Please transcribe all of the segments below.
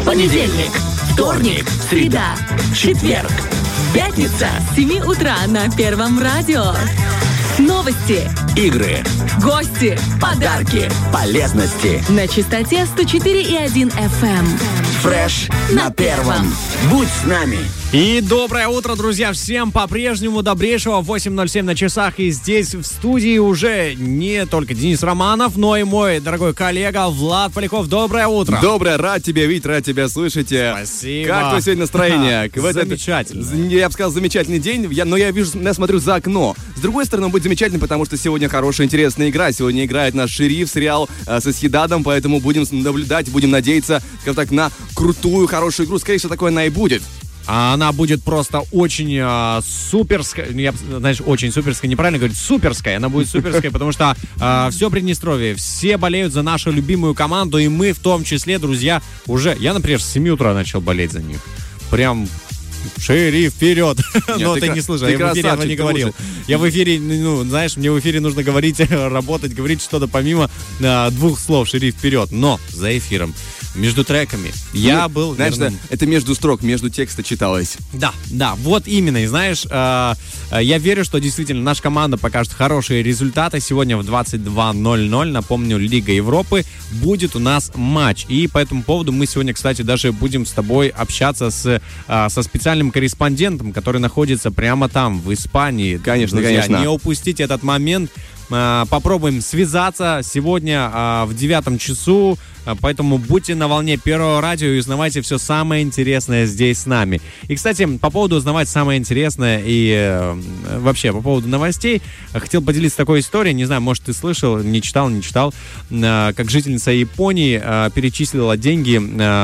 Понедельник, вторник, среда, четверг, пятница с 7 утра на Первом радио. Новости, игры, гости, подарки, полезности. На частоте 104,1 FM. Фреш на первом. Будь с нами. И доброе утро, друзья, всем по-прежнему добрейшего. 8:07 на часах. И здесь в студии уже не только Денис Романов, но и мой дорогой коллега Влад Поляков. Доброе утро. Доброе, рад тебя видеть, рад тебя слышать. Спасибо. Как твое сегодня настроение? Замечательно. Я бы сказал, замечательный день, но я смотрю за окно. С другой стороны, он будет замечательный, потому что сегодня хорошая, интересная игра. Сегодня играет наш «Шериф», сериал со Сьедадом, поэтому будем наблюдать, будем надеяться, скажем так, на крутую, хорошую игру. Скорее всего, такое она и будет. А она будет просто очень суперская. Очень суперская, неправильно говорить, суперская. Она будет суперская, потому что все Приднестровье, все болеют за нашу любимую команду, и мы в том числе, друзья, уже... Я, например, с 7 утра начал болеть за них. Прям... «Шериф, вперед!» Но ты не слышал, я в эфире этого не говорил. Я в эфире, знаешь, мне в эфире нужно говорить, работать, говорить что-то помимо двух слов «Шериф, вперед!» Но за эфиром, между треками, я был... Знаешь, это между строк, между текста читалось. Да, вот именно. И знаешь, я верю, что действительно наша команда покажет хорошие результаты. Сегодня в 22:00, напомню, Лига Европы, будет у нас матч. И по этому поводу мы сегодня, кстати, даже будем с тобой общаться со специальным корреспондентом, который находится прямо там, в Испании. Конечно, друзья, конечно. Не упустите этот момент. Попробуем связаться сегодня в 9 часу, поэтому будьте на волне Первого радио и узнавайте все самое интересное здесь с нами. И, кстати, по поводу узнавать самое интересное и вообще по поводу новостей, хотел поделиться такой историей, не знаю, может, ты слышал, не читал, как жительница Японии перечислила деньги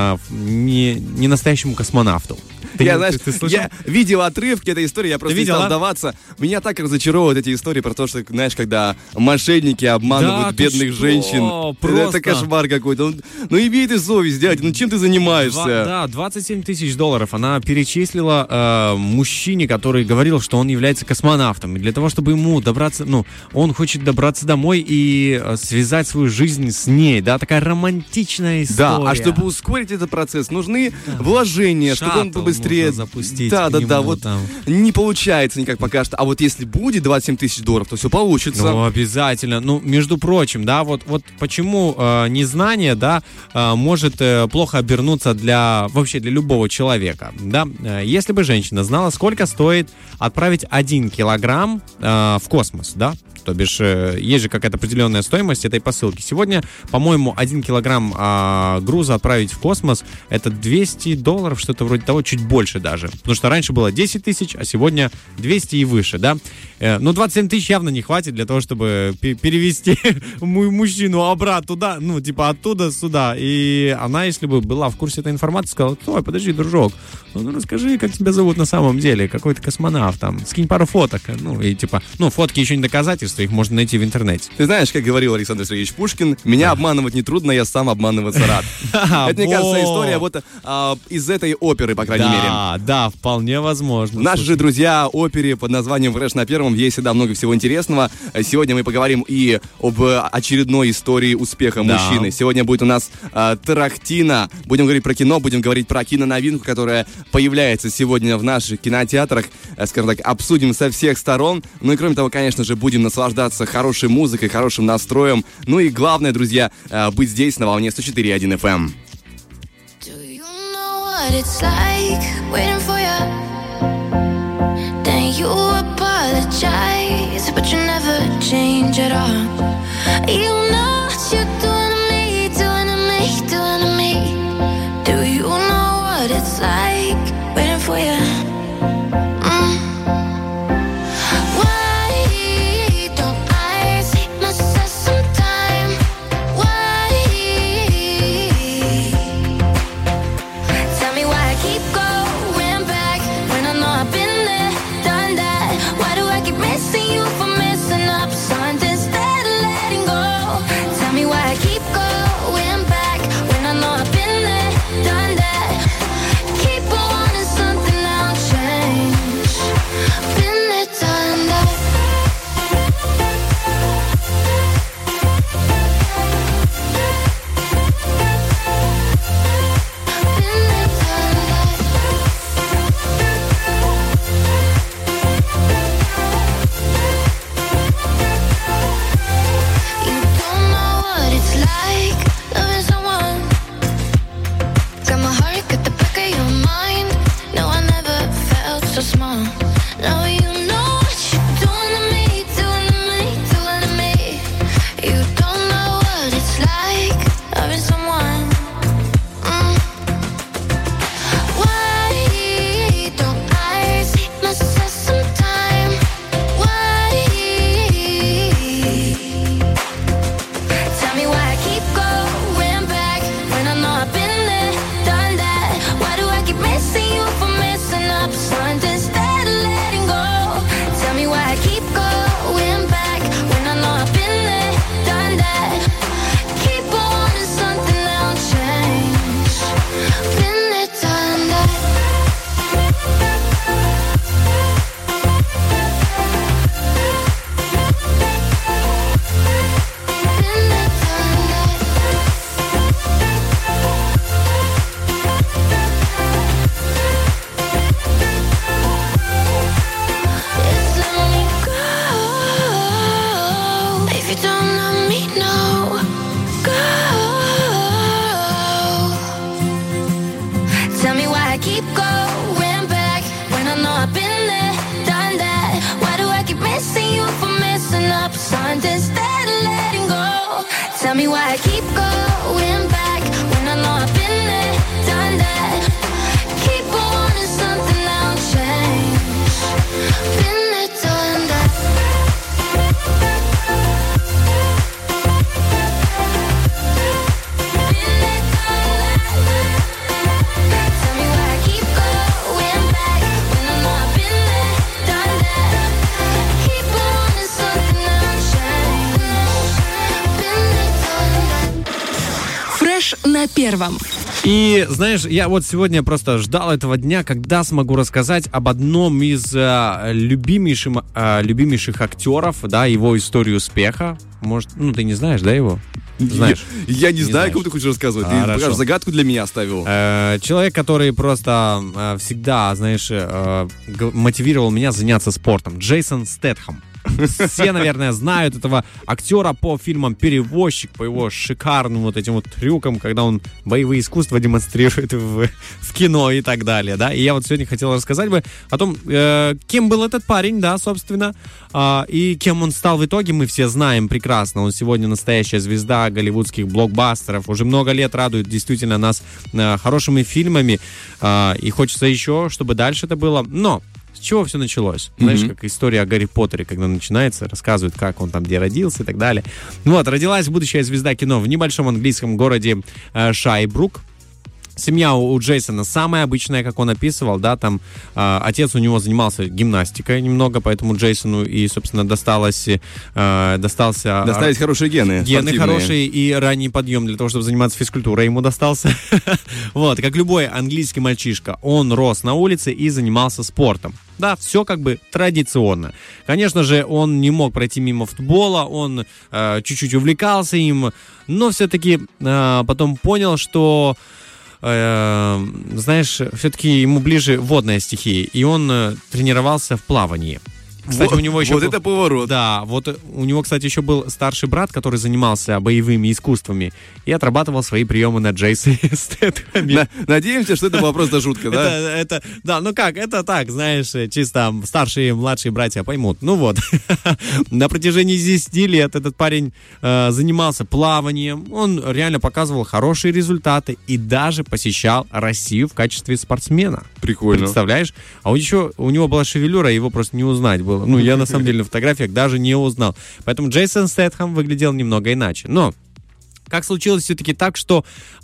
не настоящему космонавту. Я видел отрывки этой истории, я просто не стал вдаваться. Меня так разочаровывают эти истории про то, что, знаешь, когда мошенники обманывают бедных женщин. Просто. Это кошмар какой-то. Ну имей ты совесть, дядя, чем ты занимаешься? Да, $27 тысяч она перечислила мужчине, который говорил, что он является космонавтом. И для того, чтобы ему добраться, он хочет добраться домой и связать свою жизнь с ней, да, такая романтичная история. Да, а чтобы ускорить этот процесс, нужны вложения, чтобы он побыстрее запустить. Да, вот там. Не получается никак пока что. А вот если будет $27 тысяч, то все получится. Ну, обязательно. Между прочим, да, вот почему незнание, да, может плохо обернуться для любого человека, да. Если бы женщина знала, сколько стоит отправить 1 килограмм в космос, да, то бишь есть же какая-то определенная стоимость этой посылки. Сегодня, по-моему, 1 килограмм груза отправить в космос — это $200, что-то вроде того, чуть больше даже. Потому что раньше было 10 тысяч, а сегодня 200 и выше, да. Но 27 тысяч явно не хватит для того, чтобы перевести мужчину обратно туда, оттуда сюда. И она, если бы была в курсе этой информации, сказала: «Стой, подожди, дружок, расскажи, как тебя зовут на самом деле, какой ты космонавт, там, скинь пару фоток». Фотки еще не доказательства, их можно найти в интернете. Ты знаешь, как говорил Александр Сергеевич Пушкин, меня обманывать нетрудно, я сам обманываться рад. Это, мне кажется, история из этой оперы, по крайней мере. Да, вполне возможно. Наши же друзья опере под названием «Фреш на первом». Есть всегда много всего интересного. Сегодня мы поговорим и об очередной истории успеха мужчины. Сегодня будет у нас Тарахтина. Будем говорить про кино, будем говорить про киноновинку, которая появляется сегодня в наших кинотеатрах. Скажем так, обсудим со всех сторон. И кроме того, конечно же, будем наслаждаться хорошей музыкой, хорошим настроем. И главное, друзья, быть здесь на волне 104.1 FM. What it's like waiting for you. Then you apologize, but you never change at all. You know what you're doing to me, doing to me, doing to me. Do you know what it's like waiting for you? Tell me why I keep going back when I know I've been there, done that. Keep on wanting something now, change. Been there, done that. Been there, done that. Tell me why I keep going back when I know I've been there, done that. Keep on wanting something now, change. Been there, done that. Фреш на первом. И, знаешь, я вот сегодня просто ждал этого дня, когда смогу рассказать об одном из любимейших актеров, да, его историю успеха. Может, ну, ты не знаешь, да, его? Знаешь? Я не знаю, кому ты хочешь рассказывать. Ты пока загадку для меня оставил. Человек, который просто всегда, знаешь, мотивировал меня заняться спортом. Джейсон Стэтхэм. Все, наверное, знают этого актера по фильмам «Перевозчик», по его шикарным вот этим вот трюкам, когда он боевые искусства демонстрирует в кино и так далее, да. И я вот сегодня хотел рассказать бы о том, кем был этот парень, да, собственно, и кем он стал в итоге, мы все знаем прекрасно. Он сегодня настоящая звезда голливудских блокбастеров, уже много лет радует действительно нас хорошими фильмами, и хочется еще, чтобы дальше это было, но... С чего все началось? Знаешь, как история о Гарри Поттере, когда начинается, рассказывают, как он там, где родился и так далее. Вот, родилась будущая звезда кино в небольшом английском городе Шайбрук. Семья у Джейсона самая обычная, как он описывал, да, там отец у него занимался гимнастикой немного, поэтому Джейсону и, собственно, достались хорошие гены. Гены хорошие и ранний подъем для того, чтобы заниматься физкультурой ему достался. Вот, как любой английский мальчишка, он рос на улице и занимался спортом. Да, все как бы традиционно. Конечно же, он не мог пройти мимо футбола, он чуть-чуть увлекался им, но все-таки потом понял, что знаешь, все-таки ему ближе водная стихия, и он тренировался в плавании. Кстати, у него еще вот это поворот. Да, вот у него, кстати, еще был старший брат, который занимался боевыми искусствами и отрабатывал свои приемы на Джейсоне Стэтхэме. Надеемся, что это была просто шутка, да? Да, ну как, это так, знаешь, чисто старшие и младшие братья поймут. Ну вот, на протяжении 10 лет этот парень занимался плаванием, он реально показывал хорошие результаты и даже посещал Россию в качестве спортсмена. Прикольно. Представляешь? А у него была шевелюра, его просто не узнать было. Ну, я на самом деле на фотографиях даже не узнал. Поэтому Джейсон Стэтхэм выглядел немного иначе. Но как случилось все-таки так, что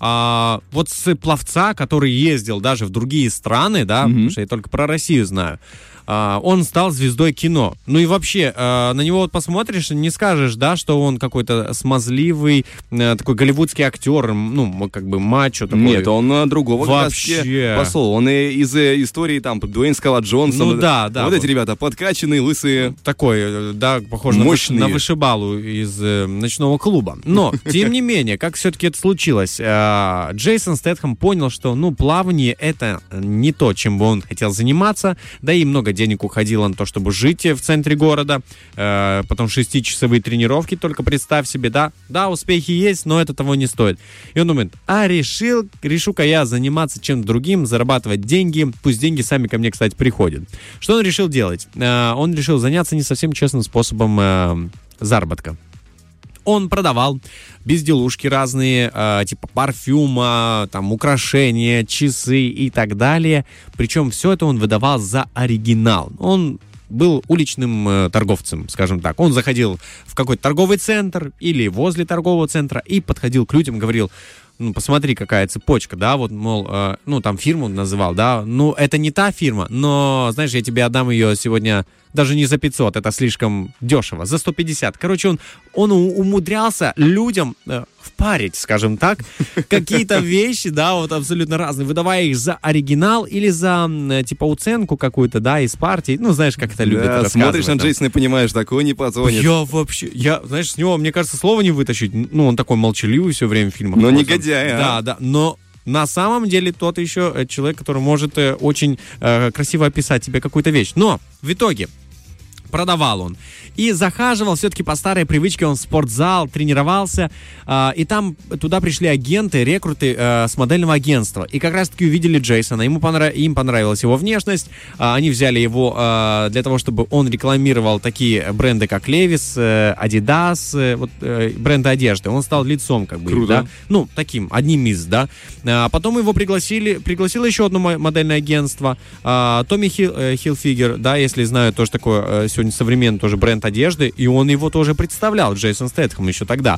вот с пловца, который ездил даже в другие страны, да, потому что я только про Россию знаю, он стал звездой кино. Ну и вообще, на него вот посмотришь, не скажешь, да, что он какой-то смазливый, такой голливудский актер, ну, как бы мачо такой. Нет, он другого вообще посол. Он из истории, там, Дуэйн Скала Джонсон. Ну да. Вот эти ребята, подкачанные, лысые. Такой, да, похож на вышибалу из ночного клуба. Но, тем не менее, как все-таки это случилось? Джейсон Стэтхэм понял, что, ну, плавание — это не то, чем бы он хотел заниматься, да и много денег уходило на то, чтобы жить в центре города, потом 6-часовые тренировки, только представь себе, да, успехи есть, но это того не стоит. И он думает, решу-ка я заниматься чем-то другим, зарабатывать деньги, пусть деньги сами ко мне, кстати, приходят. Что он решил делать? Он решил заняться не совсем честным способом заработка. Он продавал безделушки разные, типа парфюма, там, украшения, часы и так далее. Причем все это он выдавал за оригинал. Он был уличным торговцем, скажем так. Он заходил в какой-то торговый центр или возле торгового центра и подходил к людям, говорил, ну, посмотри, какая цепочка, да, вот, мол, ну, там фирму называл, да, ну, это не та фирма, но, знаешь, я тебе отдам ее сегодня даже не за 500, это слишком дешево, за 150. Короче, он умудрялся людям впарить, скажем так, какие-то вещи, да, вот абсолютно разные, выдавая их за оригинал или за, типа, уценку какую-то, да, из партии, ну, знаешь, как это любят рассказывать. Смотришь на Джейсона и понимаешь, такой не позвонит. Знаешь, с него, мне кажется, слова не вытащить, ну, он такой молчаливый все время в фильмах. Но негодяй, Да, но на самом деле тот еще человек, который может очень красиво описать тебе какую-то вещь. Но в итоге продавал он. И захаживал все-таки по старой привычке, он в спортзал, тренировался, и там туда пришли агенты, рекруты с модельного агентства. И как раз-таки увидели Джейсона, им понравилась его внешность, они взяли его для того, чтобы он рекламировал такие бренды, как Levi's, Adidas, бренды одежды. Он стал лицом, как бы, Круто. да, таким, одним из, да. Потом его пригласило еще одно модельное агентство, Tommy Hilfiger, да, если знаю, тоже такое сегодня современный тоже бренд одежды, и он его тоже представлял, Джейсон Стэтхэм, еще тогда.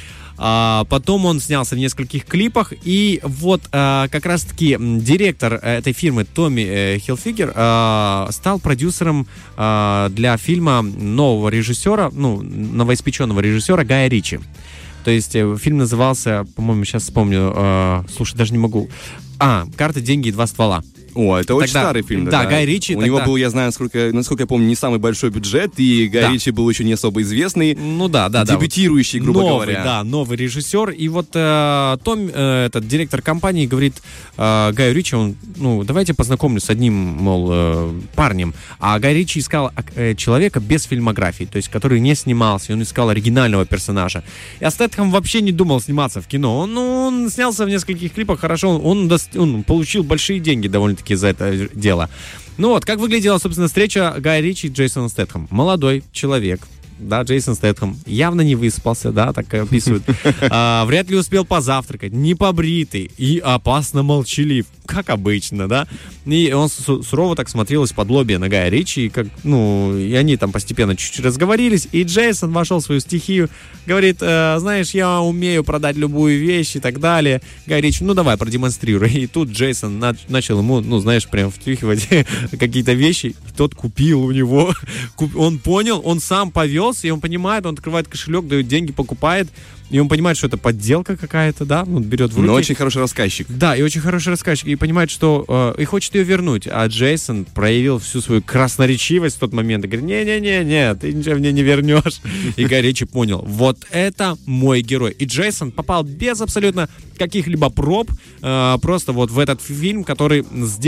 Потом он снялся в нескольких клипах, и вот как раз-таки директор этой фирмы Томми Хилфигер стал продюсером для фильма нового режиссера, новоиспеченного режиссера Гая Ричи. То есть фильм назывался, по-моему, сейчас вспомню, слушай, даже не могу. «Карты, деньги и два ствола». О, это очень старый фильм. Да, Гай Ричи. У него был, я знаю, насколько я помню, не самый большой бюджет, и Гай Ричи был еще не особо известный. Дебютирующий, грубо говоря. Да, новый режиссер. И вот Том, этот директор компании, говорит Гаю Ричи, давайте познакомлю с одним, мол, парнем. А Гай Ричи искал человека без фильмографии, то есть который не снимался, и он искал оригинального персонажа. И Стэтхэм вообще не думал сниматься в кино. Он снялся в нескольких клипах, хорошо, он получил большие деньги довольно-таки за это дело. Как выглядела, собственно, встреча Гая Ричи и Джейсона Стэтхэм. Молодой человек, да, Джейсон Стэтхэм, явно не выспался, да, так описывают. Вряд ли успел позавтракать, не побритый и опасно молчалив, как обычно, да. И он сурово так смотрел из-под лобья на Гая Ричи, и они там постепенно чуть-чуть разговорились, и Джейсон вошел в свою стихию, говорит, знаешь, я умею продать любую вещь и так далее. Гай Ричи, давай, продемонстрируй. И тут Джейсон начал ему, прям втюхивать какие-то вещи, и тот купил у него, он понял, он сам повелся, и он понимает, он открывает кошелек, дает деньги, покупает, и он понимает, что это подделка какая-то, да, он берет в руки. Но очень хороший рассказчик. Да, и очень хороший рассказчик, и понимает, что и хочет ее вернуть, а Джейсон проявил всю свою красноречивость в тот момент и говорит, не-не-не, ты ничего мне не вернешь. И Гай Ричи понял, вот это мой герой. И Джейсон попал без абсолютно каких-либо проб, просто вот в этот фильм, который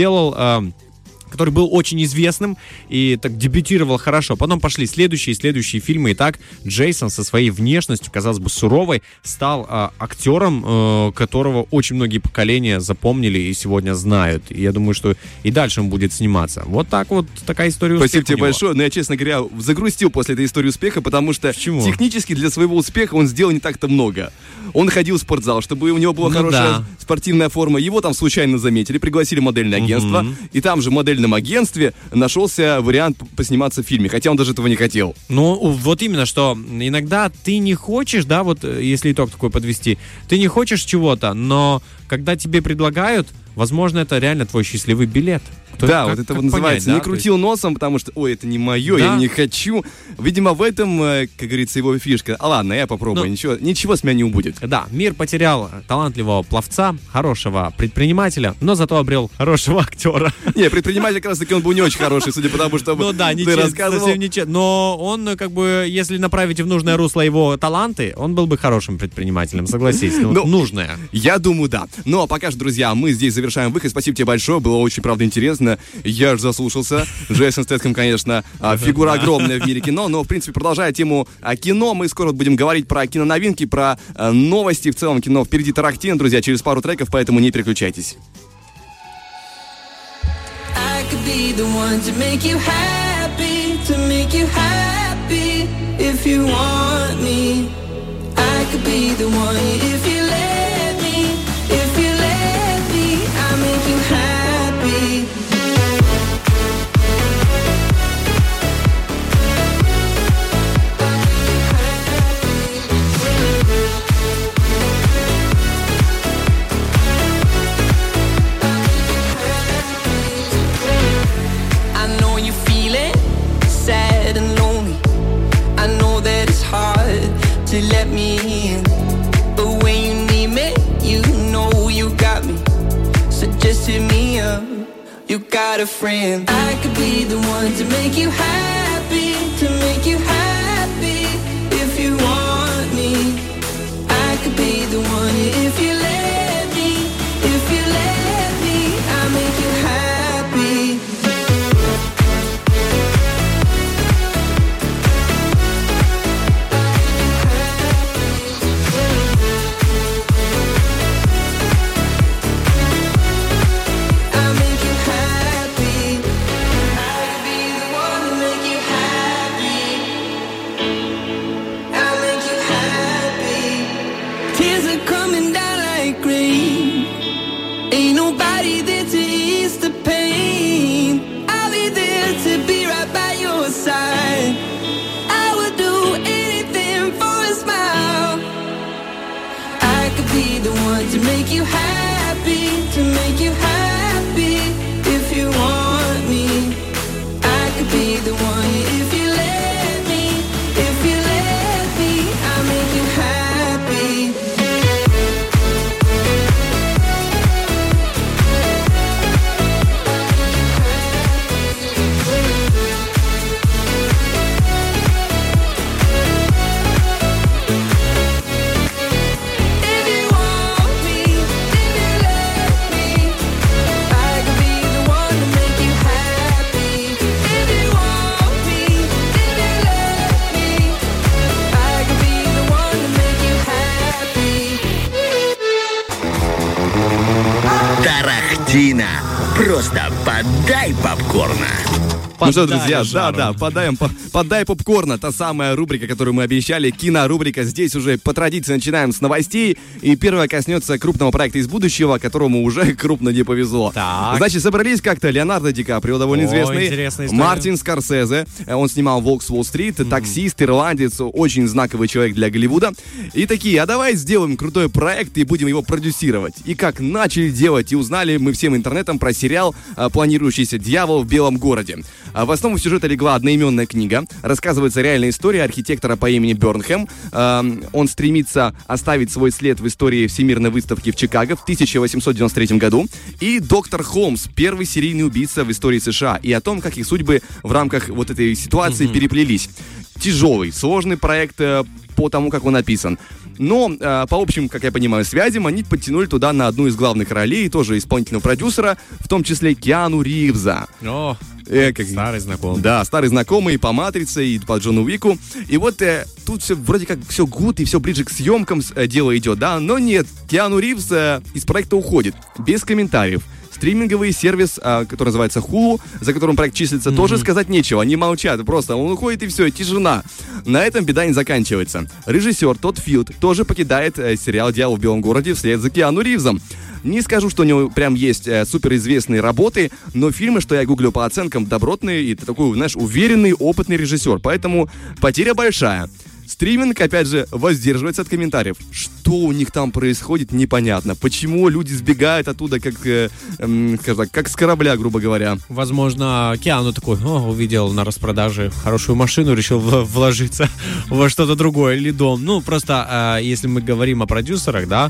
который был очень известным и так дебютировал хорошо. Потом пошли следующие фильмы. И так Джейсон со своей внешностью, казалось бы, суровой, стал актером, которого очень многие поколения запомнили и сегодня знают. И я думаю, что и дальше он будет сниматься. Вот так вот такая история успеха. Спасибо тебе большое. Но я, честно говоря, загрустил после этой истории успеха, потому что технически для своего успеха он сделал не так-то много. Он ходил в спортзал, чтобы у него была хорошая спортивная форма. Его там случайно заметили, пригласили в модельное агентство. И там же в модельном агентстве нашелся вариант посниматься в фильме, хотя он даже этого не хотел. Вот именно, что иногда ты не хочешь, да, вот если итог такой подвести, ты не хочешь чего-то, но когда тебе предлагают, возможно, это реально твой счастливый билет. Вот это вот называется, не крутил носом, потому что, это не мое, я не хочу. Видимо, в этом, как говорится, его фишка. Ладно, я попробую, ничего с меня не убудет. Да, мир потерял талантливого пловца, хорошего предпринимателя, но зато обрел хорошего актера. Не, предприниматель как раз таки он был не очень хороший, судя по тому, что ты рассказывал. Совсем нечестно. Но он, если направить в нужное русло его таланты, он был бы хорошим предпринимателем, согласись. Нужное. Я думаю, да. Ну, а пока же, друзья, мы здесь завершаем выход. Спасибо тебе большое, было очень, правда, интересно. Я аж заслушался. Джейсон Стэтхэм, конечно, фигура огромная в мире кино, но, в принципе, продолжая тему кино, мы скоро будем говорить про киноновинки, про новости в целом кино. Впереди Тарахтина, друзья, через пару треков, поэтому не переключайтесь. To let me in, but when you need me, you know you got me. So just hit me up. You got a friend. I could be the one to make you happy, to make you happy. If you want me, I could be the one if you let me. If you let me, I'll make you happy. body there to ease the pain. I'll be there to be right by your side. I would do anything for a smile. I could be the one to make you happy, to make you happy if you want me. I could be the one if you let me, if you let me, I'll make you happy. If you want me, if you let me, I could be the one to make you happy. If you want me, if you let me, I could be the one to make you happy. Тарахтина. Просто подай попкорна. Ну что, Поддай друзья, жару. да, подай попкорна, та самая рубрика, которую мы обещали, кинорубрика. Здесь уже по традиции начинаем с новостей, и первая коснется крупного проекта из будущего, которому уже крупно не повезло. Так. Значит, собрались как-то Леонардо Ди Каприо, довольно О, известный, интересная история. Мартин Скорсезе, он снимал «Волк с Уолл-стрит», таксист, ирландец, очень знаковый человек для Голливуда, и такие, а давай сделаем крутой проект и будем его продюсировать. И как начали делать, и узнали мы всем интернетом про сериал «Планирующийся дьявол в Белом городе». В основу сюжета легла одноименная книга. Рассказывается реальная история архитектора по имени Бёрнхэм. Он стремится оставить свой след в истории Всемирной выставки в Чикаго в 1893 году. И доктор Холмс, первый серийный убийца в истории США. И о том, как их судьбы в рамках вот этой ситуации переплелись. Тяжелый, сложный проект по тому, как он написан. Но по общим, как я понимаю, связям они подтянули туда на одну из главных ролей, тоже исполнительного продюсера, в том числе Киану Ривза. О, Как старый знакомый. Да, старый знакомый и по «Матрице», и по Джону Уику. И вот тут все вроде как все гуд, и все ближе к съемкам дело идет, да? Но нет, Киану Ривз из проекта уходит. Без комментариев. Стриминговый сервис, который называется Hulu, за которым проект числится, тоже сказать нечего. Они молчат, просто он уходит и все, тишина. На этом беда не заканчивается. Режиссер Тодд Филд тоже покидает сериал «Дьявол в Белом городе» вслед за Киану Ривзом. Не скажу, что у него прям есть суперизвестные работы, но фильмы, что я гуглю по оценкам, добротные, и такой, знаешь, уверенный, опытный режиссер. Поэтому потеря большая. Стриминг, опять же, воздерживается от комментариев. Что у них там происходит, непонятно. Почему люди сбегают оттуда, как, скажем так, как с корабля, грубо говоря. Возможно, Киану такой, увидел на распродаже хорошую машину, решил вложиться во что-то другое, или дом. Ну, просто, если мы говорим о продюсерах, да,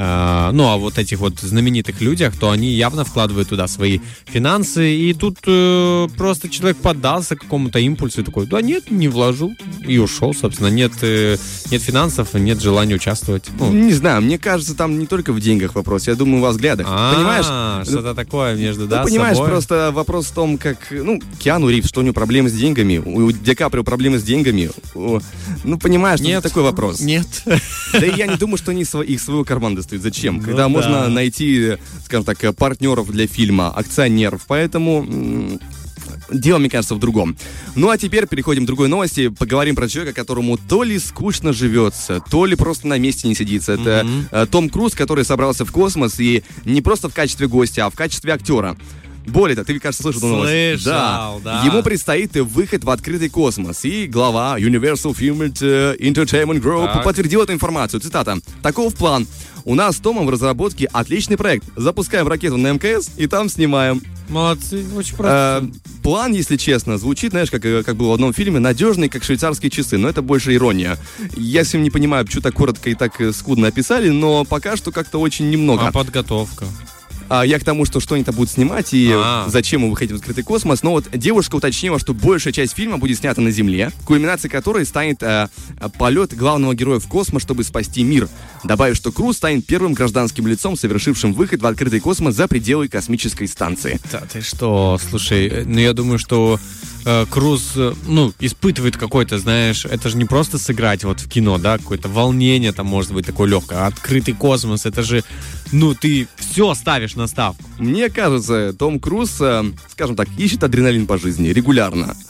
о вот этих вот знаменитых людях, то они явно вкладывают туда свои финансы, и тут просто человек поддался какому-то импульсу и такой, да нет, не вложу, и ушел, собственно. Нет финансов, нет желания участвовать. Не знаю, мне кажется, там не только в деньгах вопрос, я думаю, во взглядах. Понимаешь? Что-то такое между, понимаешь, собой. просто вопрос в том, как, Киану Ривз, что у него проблемы с деньгами, у Ди Каприо проблемы с деньгами. Понимаешь, Нет, такой вопрос. Нет. Да и я не думаю, что они их своего кармана достают. Зачем? Когда да. можно найти, скажем так, партнеров для фильма, акционеров. Поэтому дело, мне кажется, в другом. Ну а теперь переходим к другой новости. Поговорим про человека, которому то ли скучно живется, то ли просто на месте не сидится. Это Том Круз, который собрался в космос, и не просто в качестве гостя, а в качестве актера. Более того, ты, кажется, слышал эту новость. Слышал, да. Ему предстоит выход в открытый космос. И глава Universal Film Entertainment Group подтвердил эту информацию. Цитата. «Таков план. У нас с Томом в разработке отличный проект. Запускаем ракету на МКС и там снимаем». Молодцы, очень просто. План, если честно, звучит, знаешь, как было в одном фильме, надежный, как швейцарские часы, но это больше ирония. Я совсем не понимаю, почему так коротко и так скудно описали, но пока что как-то очень немного. А подготовка? Я к тому, что они там будут снимать и зачем ему выходить в открытый космос. Но вот девушка уточнила, что большая часть фильма будет снята на Земле, кульминацией которой станет полет главного героя в космос, чтобы спасти мир. Добавив, что Круз станет первым гражданским лицом, совершившим выход в открытый космос за пределы космической станции. Да ты что, слушай, я думаю, что Круз, испытывает какое-то, знаешь, это же не просто сыграть вот в кино, да, какое-то волнение там может быть такое легкое, открытый космос, это же, ты все ставишь на ставку. Мне кажется, Том Круз, скажем так, ищет адреналин по жизни регулярно.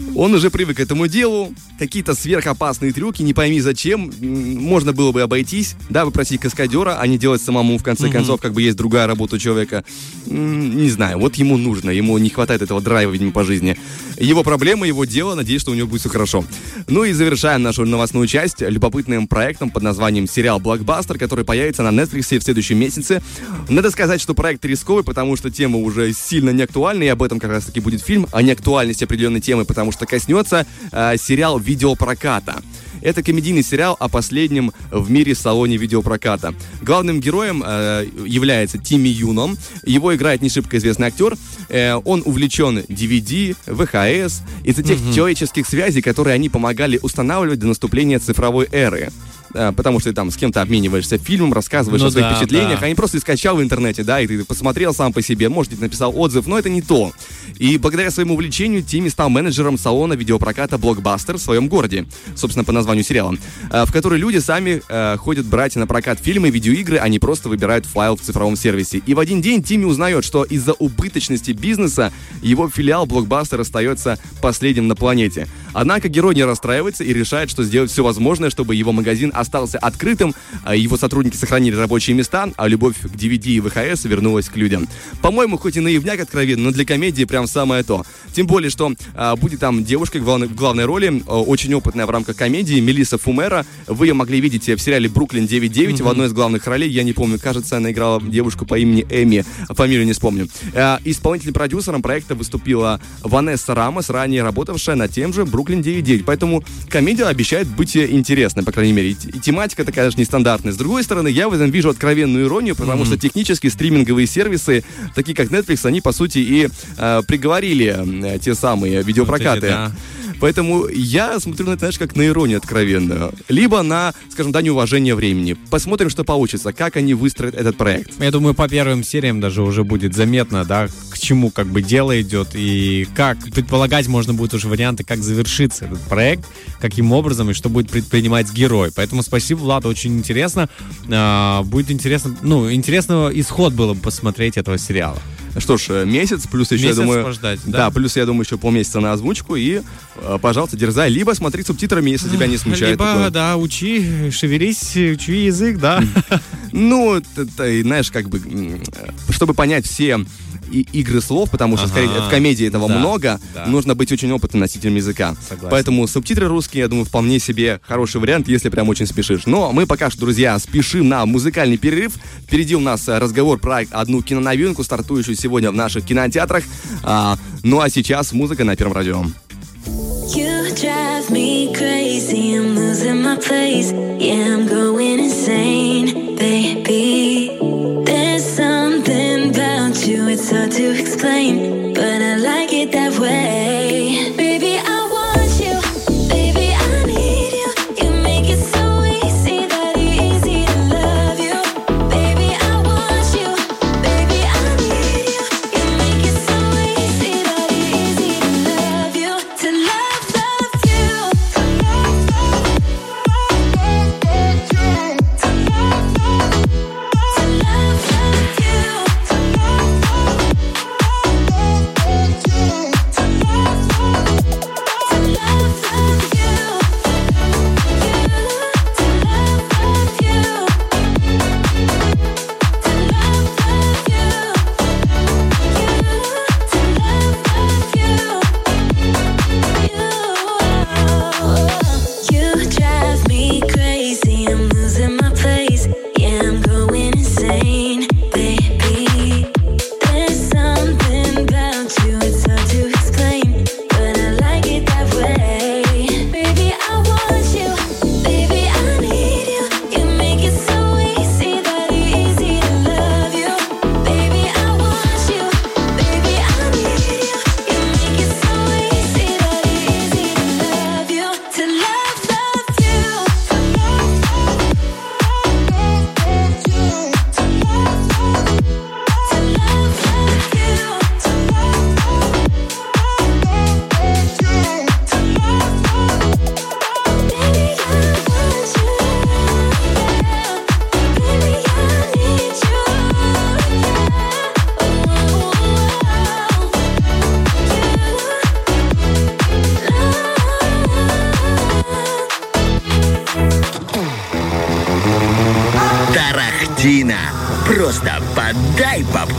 Он уже привык к этому делу. Какие-то сверхопасные трюки, не пойми зачем, можно было бы обойтись, да, попросить каскадера, а не делать самому, в конце концов, как бы есть другая работа у человека. Не знаю, вот ему нужно, ему не хватает этого драйва, видимо, по жизни. Его проблема, его дело, надеюсь, что у него будет все хорошо. Ну и завершаем нашу новостную часть любопытным проектом под названием сериал «Блокбастер», который появится на Netflix в следующем месяце. Надо сказать, что проект рисковый, потому что тема уже сильно не актуальна, и об этом как раз-таки будет фильм, о неактуальности определенной темы, потому что коснется сериал видеопроката. Это комедийный сериал о последнем в мире салоне видеопроката. Главным героем является Тимми Юно. Его играет не шибко известный актер. Он увлечен DVD, ВХС из-за тех человеческих связей, которые они помогали устанавливать до наступления цифровой эры. Потому что ты там с кем-то обмениваешься фильмом, рассказываешь о своих впечатлениях, а не просто скачал в интернете, да, и ты посмотрел сам по себе, может быть, написал отзыв, но это не то. И благодаря своему увлечению Тимми стал менеджером салона видеопроката «Блокбастер» в своем городе, собственно, по названию сериала, в который люди сами ходят брать на прокат фильмы и видеоигры, а не просто выбирают файл в цифровом сервисе. И в один день Тимми узнает, что из-за убыточности бизнеса его филиал «Блокбастер» остается последним на планете. Однако герой не расстраивается и решает, что сделать все возможное, чтобы его магазин остался открытым, его сотрудники сохранили рабочие места, а любовь к DVD и ВХС вернулась к людям. По-моему, хоть и наивняк откровенно, но для комедии прям самое то. Тем более, что будет там девушка в главной роли, очень опытная в рамках комедии, Мелисса Фумера. Вы ее могли видеть в сериале «Бруклин 9.9» в одной из главных ролей. Я не помню, кажется, она играла девушку по имени Эми, фамилию не вспомню. Исполнительным продюсером проекта выступила Ванесса Рамос, ранее работавшая над тем же «Бруклин 9.9». Поэтому комедия обещает быть интересной, по крайней мере. И тематика-то, конечно, нестандартная. С другой стороны, я в этом вижу откровенную иронию, потому что технически стриминговые сервисы, такие как Netflix, они, по сути, и приговорили те самые видеопрокаты. Да. Поэтому я смотрю на это, знаешь, как на иронию откровенную. Либо на, скажем, дань уважения времени. Посмотрим, что получится, как они выстроят этот проект. Я думаю, по первым сериям даже уже будет заметно, да, к чему как бы дело идет и как предполагать можно будет уже варианты, как завершится этот проект, каким образом и что будет предпринимать герой. Поэтому спасибо, Влад, очень интересно. Будет интересно, интересного исход было бы посмотреть этого сериала. Что ж, месяц, плюс еще, я думаю... пождать, да, плюс, я думаю, еще полмесяца на озвучку, и, пожалуйста, дерзай. Либо смотри субтитрами, если тебя не смущает. Либо, такое. да, учи, шевелись, учи язык, да. Ну, знаешь, как бы, чтобы понять все игры слов, потому что, скорее, в комедии этого много, нужно быть очень опытным носителем языка. Согласен. Поэтому субтитры русские, я думаю, вполне себе хороший вариант, если прям очень спешишь. Но мы пока что, друзья, спешим на музыкальный перерыв. Впереди у нас разговор про одну киноновинку, стартующую сегодня в наших кинотеатрах. Ну а сейчас музыка на Первом радио. You drive me crazy, I'm losing my place. Yeah, I'm going insane, baby. There's something about you, it's hard to explain, but I like it that way. Baby, I want you, baby, I need you. You make it so easy, that easy to love you. Baby, I want you, baby, I need you. You make it so easy, that easy to love you. To love you. To love you. To love you.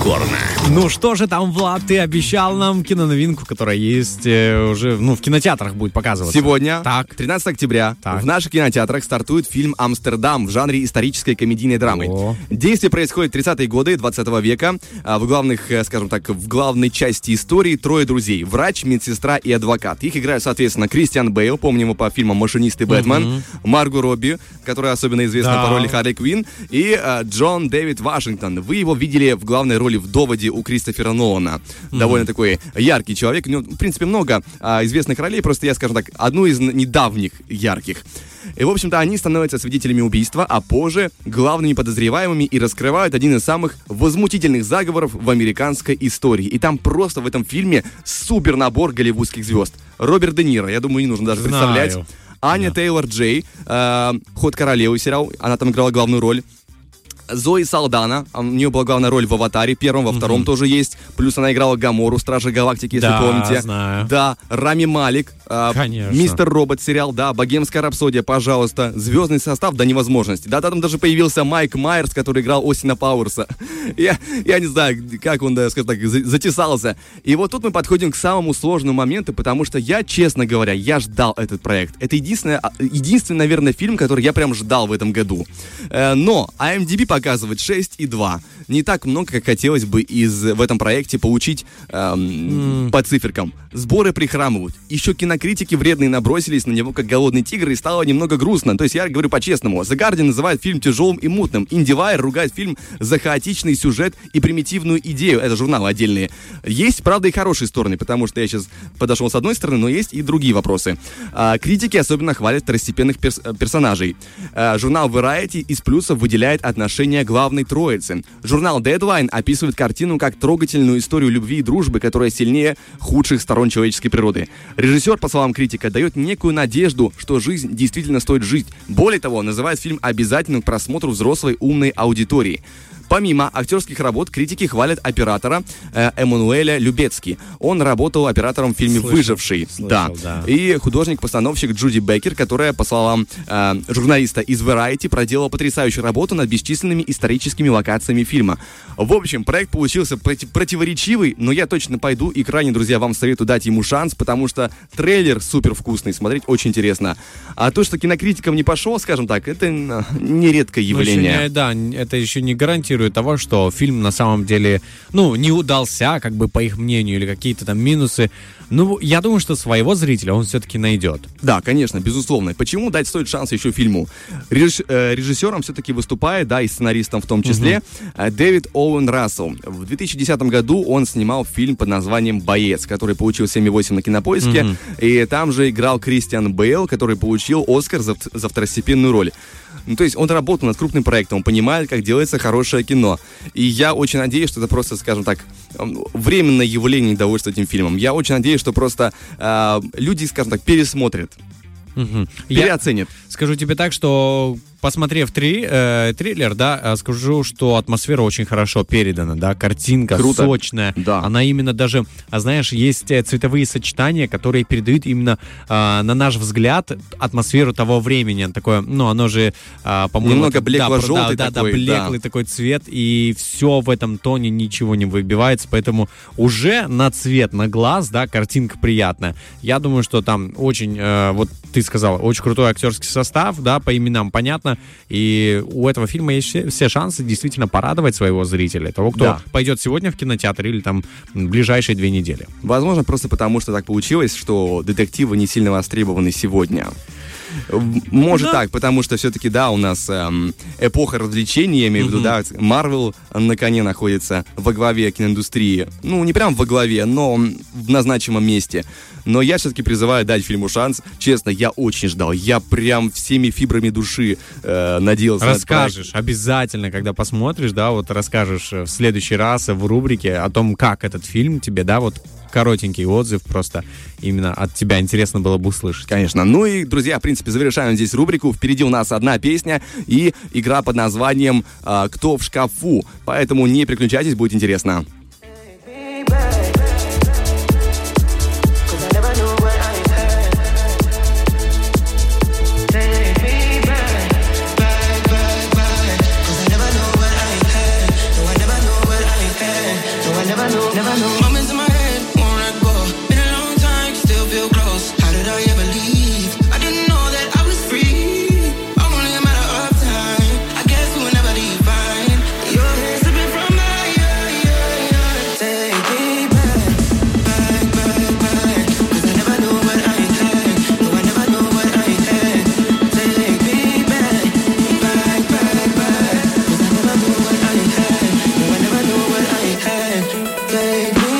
попкорна. Ну что же там, Влад, ты обещал нам киноновинку, которая есть уже, в кинотеатрах будет показываться. Сегодня, Так. 13 октября, Так. в наших кинотеатрах стартует фильм «Амстердам» в жанре исторической комедийной драмы. О. Действие происходит в 30-е годы 20 века. В главной части истории трое друзей. Врач, медсестра и адвокат. Их играют, соответственно, Кристиан Бейл, помним его по фильмам «Машинист» и «Бэтмен», Марго Робби, которая особенно известна Да. по роли Харли Квинн, и Джон Дэвид Вашингтон. Вы его видели в главной роли в «Доводе» у Кристофера Нолана. Довольно такой яркий человек. У него, в принципе, много известных ролей, просто я, скажем так, одну из недавних ярких. И, в общем-то, они становятся свидетелями убийства, а позже главными подозреваемыми и раскрывают один из самых возмутительных заговоров в американской истории. И там просто в этом фильме супер набор голливудских звезд. Роберт Де Ниро, я думаю, не нужно даже Знаю. представлять. Аня Тейлор-Джей, «Ход королевы» сериал, она там играла главную роль. Зои Салдана, у нее была главная роль в «Аватаре», первом, во втором тоже есть. Плюс она играла Гамору, Стражи Галактики, если Да, помните. знаю. Да, Рами Малик, Конечно. Мистер Робот сериал, да, Богемская рапсодия, пожалуйста. Звездный состав до невозможности. Да, там даже появился Майк Майерс, который играл Остина Пауэрса. Я не знаю, как он, скажем так, затесался. И вот тут мы подходим к самому сложному моменту, потому что я, честно говоря, я ждал этот проект. Это единственный, наверное, фильм, который я прям ждал в этом году. Но IMDb показывает 6,2. Не так много, как хотелось бы в этом проекте получить по циферкам. Сборы прихрамывают. Еще кинокритики вредные набросились на него как голодный тигр, и стало немного грустно. То есть я говорю по-честному. The Guardian называет фильм тяжелым и мутным. IndieWire ругает фильм за хаотичный сюжет и примитивную идею. Это журналы отдельные. Есть, правда, и хорошие стороны, потому что я сейчас подошел с одной стороны, но есть и другие вопросы. Критики особенно хвалят второстепенных персонажей. Журнал Variety из плюсов выделяет отношения главной троицы. Журнал Deadline описывает картину как трогательную историю любви и дружбы, которая сильнее худших сторон человеческой природы. Режиссер, по словам критика, дает некую надежду, что жизнь действительно стоит жить. Более того, называет фильм обязательным к просмотру взрослой умной аудитории. Помимо актерских работ, критики хвалят оператора Эммануэля Любецки. Он работал оператором в фильме «Выживший». да. И художник-постановщик Джуди Беккер, которая, по словам журналиста из Variety, проделала потрясающую работу над бесчисленными историческими локациями фильма. В общем, проект получился противоречивый, но я точно пойду и крайне, друзья, вам советую дать ему шанс, потому что трейлер супер вкусный, смотреть очень интересно. А то, что кинокритикам не пошел, скажем так, это нередкое явление. Это еще не гарантирует того, что фильм на самом деле, не удался, как бы по их мнению, или какие-то там минусы. Я думаю, что своего зрителя он все-таки найдет. Да, конечно, безусловно. Почему дать стоит шанс еще фильму? Режиссером все-таки выступает, да, и сценаристом в том числе, Дэвид Оуэн Рассел. В 2010 году он снимал фильм под названием «Боец», который получил 7,8 на Кинопоиске, и там же играл Кристиан Бейл, который получил Оскар за второстепенную роль. То есть он работал над крупным проектом, он понимает, как делается хорошее кино. И я очень надеюсь, что это просто, скажем так, временное явление недовольства этим фильмом. Я очень надеюсь, что просто люди, скажем так, пересмотрят, переоценят. Скажу тебе так, что посмотрев трейлер, да, скажу, что атмосфера очень хорошо передана, да, картинка круто. Сочная. Да. Она именно даже, знаешь, есть цветовые сочетания, которые передают именно, на наш взгляд, атмосферу того времени. Такое, оно же, по-моему... Немного блекло-желтый такой. Блеклый такой цвет, и все в этом тоне, ничего не выбивается, поэтому уже на цвет, на глаз, да, картинка приятная. Я думаю, что там очень, вот ты сказал, очень крутой актерский состав, да, по именам понятно, и у этого фильма есть все шансы действительно порадовать своего зрителя, того, кто пойдет сегодня в кинотеатр или там в ближайшие 2 недели. Возможно, просто потому, что так получилось, что детективы не сильно востребованы сегодня. Может так, потому что все-таки, да, у нас эпоха развлечений, я имею в виду, да, Marvel на коне находится во главе киноиндустрии. Не прям во главе, но в назначенном месте. Но я все-таки призываю дать фильму шанс. Честно, я очень ждал. Я прям всеми фибрами души надеялся. Расскажешь обязательно, когда посмотришь, да, вот расскажешь в следующий раз в рубрике о том, как этот фильм тебе, да, вот коротенький отзыв просто именно от тебя интересно было бы услышать. Конечно. И, друзья, в принципе, завершаем здесь рубрику. Впереди у нас одна песня и игра под названием «Кто в шкафу?». Поэтому не переключайтесь, будет интересно. never know, never know. Moments in my head, won't let go. Been a long time, still feel close. How did I ever leave? I didn't know that I was free. I'm only a matter of time. I guess we will never define. Your hair slipping from my take me back, back, back, back. 'Cause I never know what I had. No, I never know what I had. Take me back, back, back, back. 'Cause I never know what I had. No, I never know what I had. Take me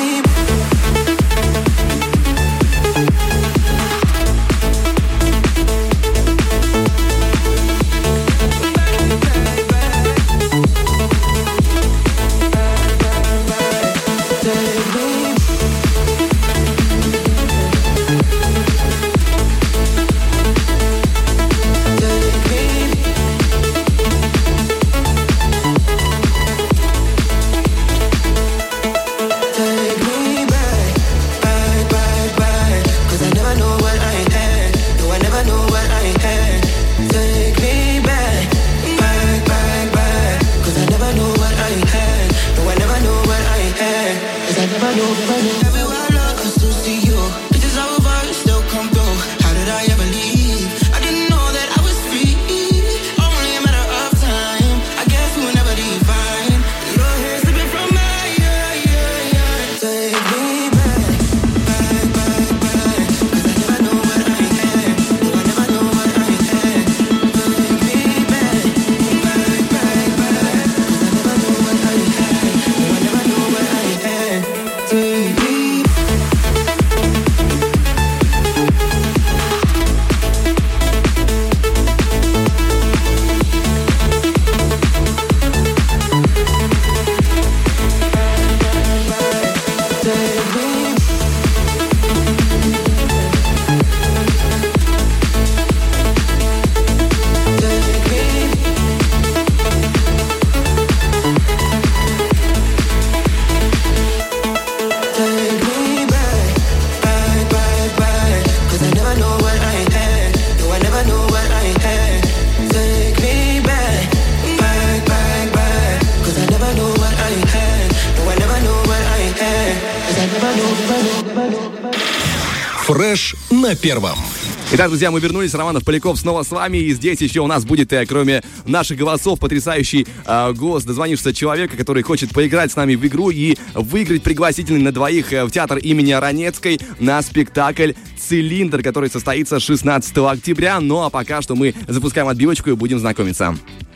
Фреш на первом. Итак, друзья, мы вернулись. Романов, Поляков снова с вами. И здесь еще у нас будет, кроме наших голосов, потрясающий голос дозвонившегося человека, который хочет поиграть с нами в игру и выиграть пригласительный на двоих в театр имени Ранецкой на спектакль «Цилиндр», который состоится 16 октября. Ну а пока что мы запускаем отбивочку и будем знакомиться.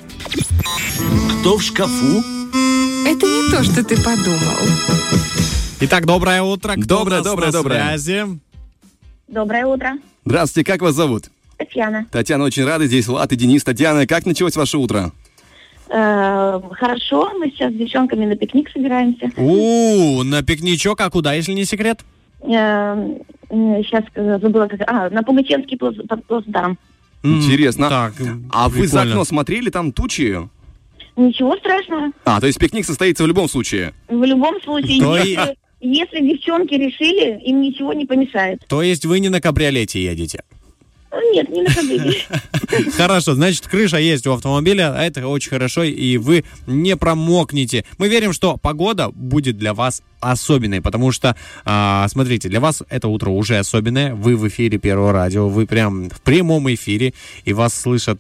Кто в шкафу? Это не то, что ты подумал. Итак, доброе утро. Кто у нас на связи? Доброе утро. Здравствуйте, как вас зовут? Татьяна. Татьяна, очень рада. Здесь Влад и Денис. Татьяна, как началось ваше утро? Хорошо, мы сейчас с девчонками на пикник собираемся. На пикничок, а куда, если не секрет? Сейчас забыла, на Пугачевский плацдарм. Интересно. Так, а вы за окно смотрели, там тучи? Ничего страшного. То есть пикник состоится в любом случае? В любом случае, если девчонки решили, им ничего не помешает. То есть вы не на кабриолете едете? Нет, не на кабриолете. Хорошо, значит, крыша есть у автомобиля, а это очень хорошо, и вы не промокнете. Мы верим, что погода будет для вас особенной, потому что, смотрите, для вас это утро уже особенное, вы в эфире Первого радио, вы прям в прямом эфире, и вас слышат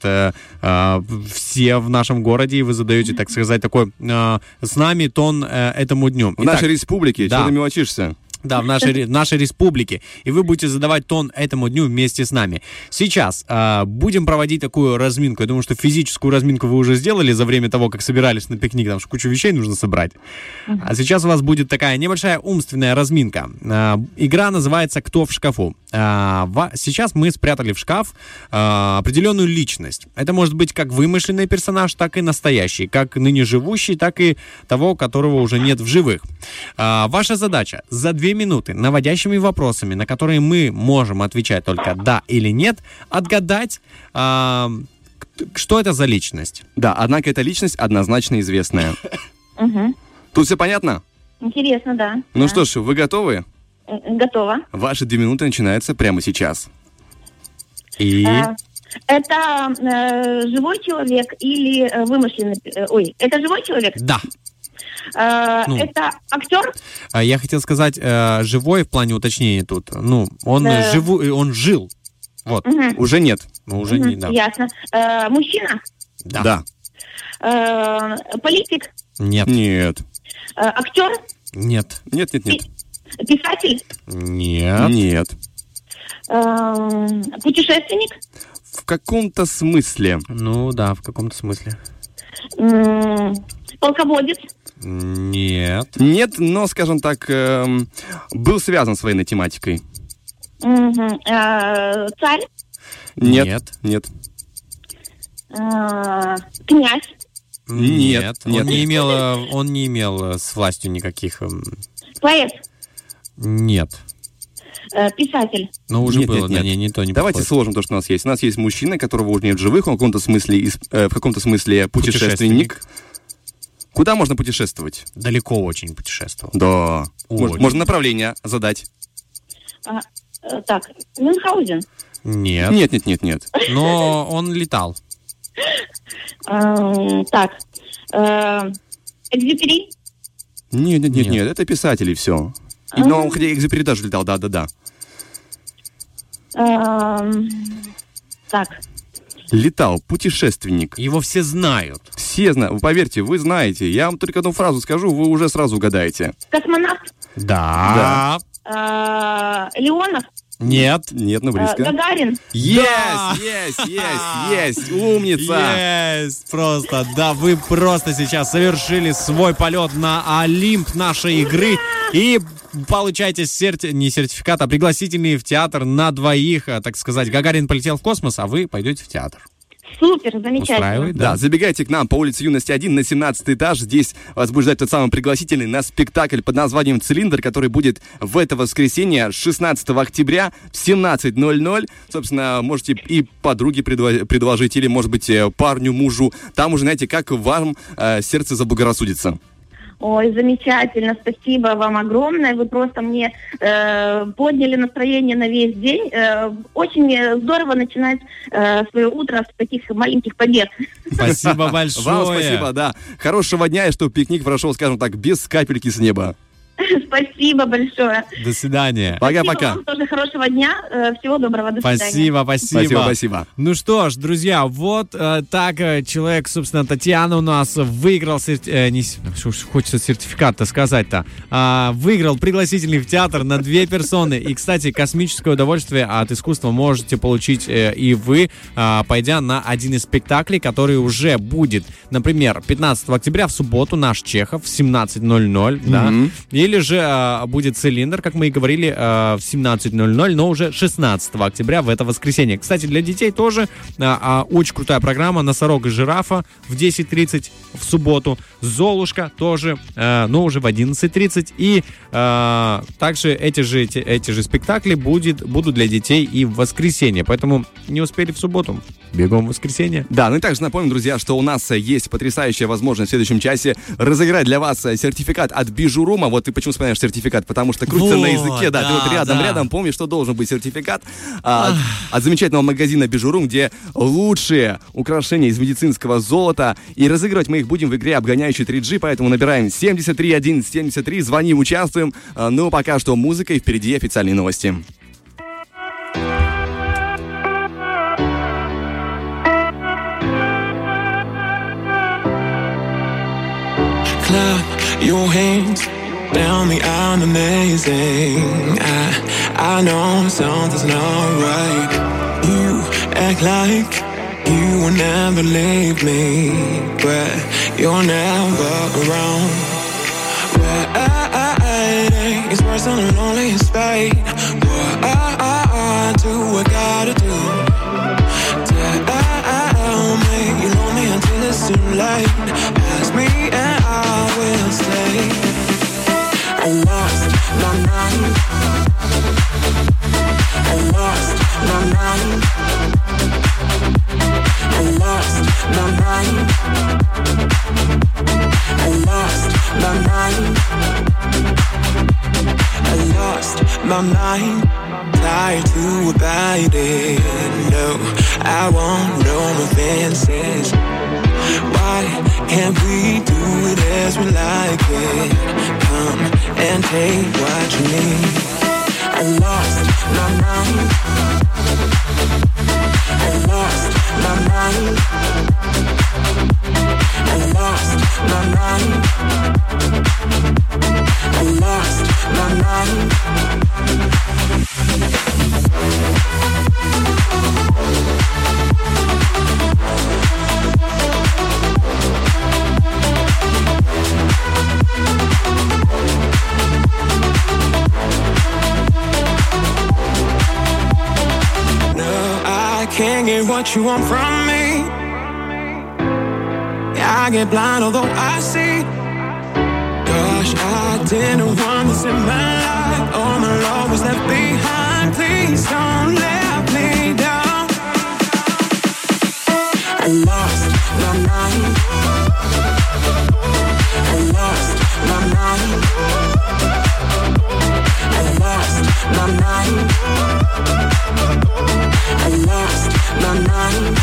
все в нашем городе, и вы задаете, так сказать, такой с нами тон этому дню. В нашей республике, да. Чего ты мелочишься? Да, в нашей республике. И вы будете задавать тон этому дню вместе с нами. Сейчас будем проводить такую разминку. Я думаю, что физическую разминку вы уже сделали за время того, как собирались на пикник. Там же кучу вещей нужно собрать. А сейчас у вас будет такая небольшая умственная разминка. Игра называется «Кто в шкафу?». Сейчас мы спрятали в шкаф определенную личность. Это может быть как вымышленный персонаж, так и настоящий. Как ныне живущий, так и того, которого уже нет в живых. Ваша задача за 2 минуты наводящими вопросами, на которые мы можем отвечать только «да» или «нет», отгадать, что это за личность. Да, однако эта личность однозначно известная. Тут все понятно? Интересно, да. Ну что ж, вы готовы? Готова. Ваши 2 минуты начинаются прямо сейчас. И... Это живой человек или вымышленный... это живой человек? Да. Ну. Это актер? Я хотел сказать, живой в плане уточнения тут. Ну, он живой, он жил. Вот. Уже нет. Ну, уже не, да. Ясно. Мужчина? Да. Политик? Нет. Нет. Актер? Нет. Нет. Писатель? Нет. Нет. Путешественник? В каком-то смысле. Ну, да, в каком-то смысле. Полководец? Нет. Нет, но, скажем так, был связан с военной тематикой. Царь? Нет. Князь? Нет. Он не имел с властью никаких... Поэт? Нет. Писатель? Ну, уже Нет, было, нет. да, не то, не Давайте подходит. сложим то, что у нас есть. У нас есть мужчина, которого уже нет в живых, он в каком-то смысле путешественник. Куда можно путешествовать? Далеко очень путешествовал. Да. Очень. Можно направление задать. Так, Мюнхгаузен? Нет. Нет. Но он летал. Так, Экзюпери? Нет, это писатель и все. Но хотя Экзюпери даже летал, да. Так, Летал, путешественник. Его все знают. Все знают, поверьте, вы знаете. Я вам только одну фразу скажу, вы уже сразу угадаете. космонавт? Да. Леонов? Нет. Нет, но близко. Гагарин? Есть, умница. Есть, просто, да, вы просто сейчас совершили свой полет на Олимп нашей игры и получаете не сертификат, а пригласительный в театр на двоих, так сказать. Гагарин полетел в космос, а вы пойдете в театр. Супер, замечательно. Устраивает, Да, забегайте к нам по улице Юности 1 на 17 этаж. Здесь вас будет ждать тот самый пригласительный на спектакль под названием «Цилиндр», который будет в это воскресенье 16 октября в 17:00. Собственно, можете и подруге предложить, или, может быть, парню, мужу. Там уже, знаете, как вам сердце заблагорассудится. Ой, замечательно, спасибо вам огромное. Вы просто мне подняли настроение на весь день. Очень здорово начинать свое утро с таких маленьких побед. Спасибо большое. Вам спасибо, да. Хорошего дня, и чтобы пикник прошел, скажем так, без капельки с неба. Спасибо большое. До свидания. Пока-пока. Вам тоже хорошего дня. Всего доброго. До свидания. Спасибо. Ну что ж, друзья, вот так человек, собственно, Татьяна у нас выиграл, хочется сертификат-то сказать-то, выиграл пригласительный в театр на 2 персоны. И, кстати, космическое удовольствие от искусства можете получить и вы, пойдя на один из спектаклей, который уже будет, например, 15 октября в субботу наш Чехов в 17:00, да, или же будет «Цилиндр», как мы и говорили, в 17:00, но уже 16 октября в это воскресенье. Кстати, для детей тоже очень крутая программа «Носорог и жирафа» в 10:30 в субботу, «Золушка» тоже, но уже в 11:30. И также эти же спектакли будут для детей и в воскресенье. Поэтому не успели в субботу, бегом в воскресенье. Да, ну и также напомним, друзья, что у нас есть потрясающая возможность в следующем часе разыграть для вас сертификат от Бижурума. Вот ты почему вспоминаешь сертификат? Потому что крутится на языке, да, ты вот рядом помнишь, что должен быть сертификат от замечательного магазина Бижурум, где лучшие украшения из медицинского золота. И разыгрывать мы их будем в игре «Обгоняющий 3G», поэтому набираем 73173, звоним, участвуем. Ну, пока что музыка, и впереди официальные новости. Clap your hands, tell me I'm amazing. I know something's not right. You act like you will never leave me, but you're never around. Riding is worse than a lonely spade. What do I gotta do? Tell me you know me until it's too late. Ask me and I will stay. I lost my mind. I lost my mind. I lost my mind. I lost my mind. I lost my mind. Tired to abide it. No, I won't know my fences. Why Can we do it as we like it? Come and take what you need. I lost my mind. I lost my mind. I lost my mind. I lost my mind. Can't get what you want from me. Yeah, I get blind although I see. Gosh, I didn't want this in my life. All my love was left behind. Please don't let me down. I lost my mind. I lost my mind. I lost my mind. I lost my mind.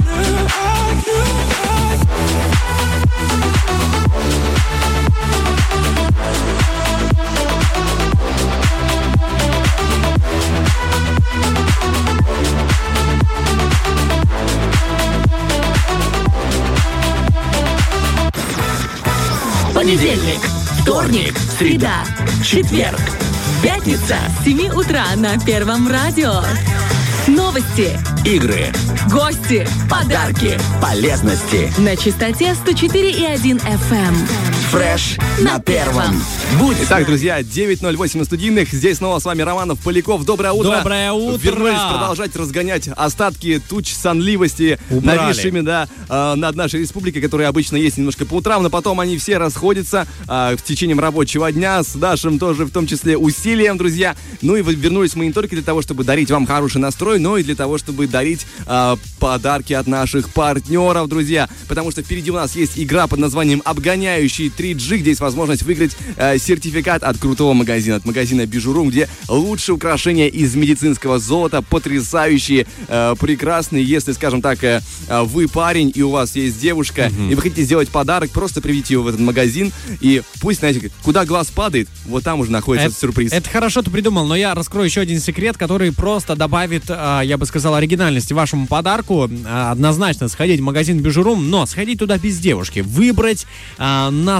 Понедельник, вторник, среда, четверг, пятница с 7 утра на Первом радио. Новости, игры, гости, подарки, полезности. На частоте 104,1 FM. Фреш на первом. Будь Итак, друзья, 9:08 на студийных. Здесь снова с вами Романов, Поляков. Доброе утро. Доброе утро. Вернулись продолжать разгонять остатки туч сонливости, нависшими, над нашей республикой, которые обычно есть немножко по утрам, но потом они все расходятся в течение рабочего дня с нашим тоже, в том числе, усилием, друзья. Ну и вернулись мы не только для того, чтобы дарить вам хороший настрой, но и для того, чтобы дарить подарки от наших партнеров, друзья. Потому что впереди у нас есть игра под названием «Обгоняющий 3G», где есть возможность выиграть сертификат от крутого магазина, от магазина Bijou.ru, где лучшие украшения из медицинского золота, потрясающие, прекрасные. Если, скажем так, вы парень и у вас есть девушка, и вы хотите сделать подарок, просто приведите ее в этот магазин, и пусть, знаете, куда глаз падает, вот там уже находится сюрприз. Это хорошо ты придумал, но я раскрою еще один секрет, который просто добавит, я бы сказал, оригинальности вашему подарку. Однозначно сходить в магазин Bijou.ru, но сходить туда без девушки, выбрать на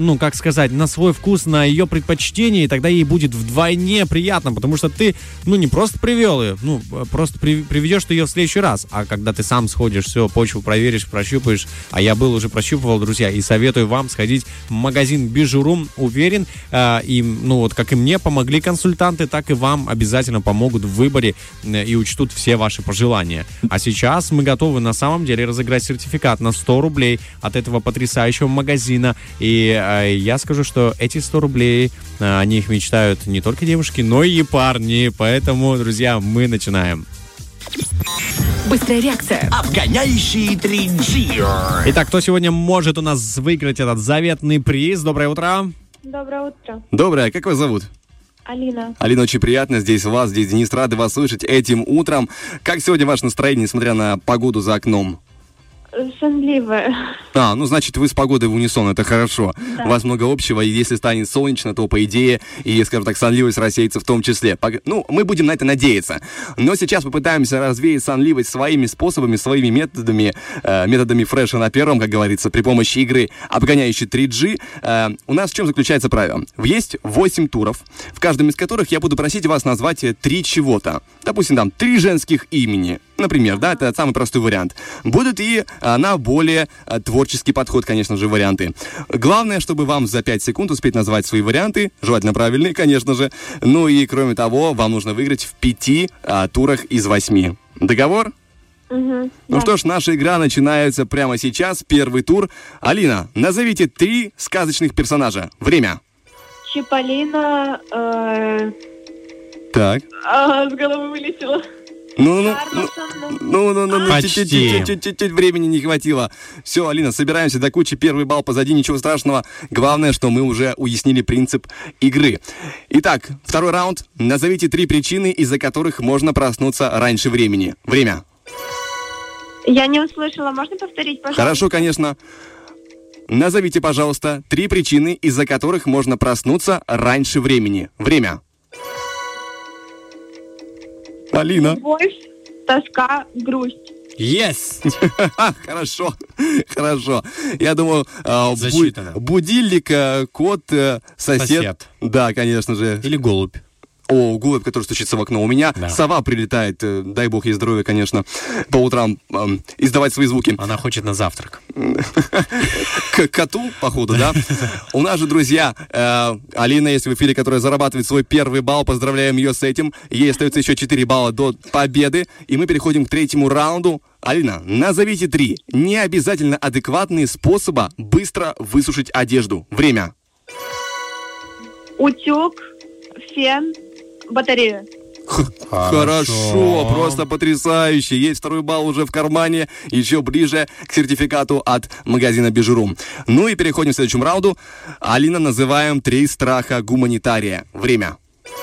свой вкус, на ее предпочтение, и тогда ей будет вдвойне приятно, потому что ты, не просто привел ее, просто приведешь ты ее в следующий раз, а когда ты сам сходишь, все, почву проверишь, прощупаешь, а я уже прощупывал, друзья, и советую вам сходить в магазин Bijou.ru, уверен, как и мне помогли консультанты, так и вам обязательно помогут в выборе и учтут все ваши пожелания. А сейчас мы готовы на самом деле разыграть сертификат на 100 рублей от этого потрясающего магазина, и я скажу, что эти 100 рублей, они их мечтают не только девушки, но и парни. Поэтому, друзья, мы начинаем. Быстрая реакция. Обгоняющий 3G. Итак, кто сегодня может у нас выиграть этот заветный приз? Доброе утро. Доброе утро. Доброе. Как вас зовут? Алина. Алина, очень приятно здесь вас, здесь Денис, рады вас слышать этим утром. Как сегодня ваше настроение, несмотря на погоду за окном? Сонливая. Значит, вы с погодой в унисон, это хорошо. Да. У вас много общего, и если станет солнечно, то, по идее, и, скажем так, сонливость рассеется в том числе. Мы будем на это надеяться. Но сейчас попытаемся развеять сонливость своими способами, своими методами фреша на первом, как говорится, при помощи игры «Обгоняющий 3G». У нас в чем заключается правило? Есть 8 туров, в каждом из которых я буду просить вас назвать 3 чего-то. Допустим, 3 женских имени. Например, это самый простой вариант. Будут и на более творческий подход, конечно же, варианты. Главное, чтобы вам за 5 секунд успеть назвать свои варианты, желательно правильные, конечно же. Ну и, кроме того, вам нужно выиграть в 5 турах из 8. Договор? Угу, Что ж, наша игра начинается прямо сейчас. Первый тур. Алина, назовите 3 сказочных персонажа. Время. Чиполлино. Так. С головы вылетело. Чуть-чуть времени не хватило. Все, Алина, собираемся до кучи. Первый балл позади, ничего страшного. Главное, что мы уже уяснили принцип игры. Итак, второй раунд. Назовите 3 причины, из-за которых можно проснуться раньше времени. Время. Я не услышала. Можно повторить, пожалуйста? Хорошо, конечно. Назовите, пожалуйста, 3 причины, из-за которых можно проснуться раньше времени. Время. Алина. Любовь, тоска, грусть. Yes! Хорошо, хорошо. Я думаю, Засчитано. будильник, кот, сосед. Да, конечно же. Или голубь. О, голубь, который стучится в окно. У меня Да. сова прилетает, дай бог ей здоровья, конечно, по утрам издавать свои звуки. Она хочет на завтрак. К коту, походу, да? У нас же, друзья, Алина есть в эфире, которая зарабатывает свой первый балл. Поздравляем ее с этим. Ей остается еще 4 балла до победы. И мы переходим к 3-му раунду. Алина, назовите 3 не обязательно адекватные способа быстро высушить одежду. Время. Утюг, фен, батарея. Хорошо, просто потрясающе. Есть 2-й балл уже в кармане, еще ближе к сертификату от магазина Бижурум. Ну и переходим к следующему раунду. Алина, называем 3 страха гуманитария. Время.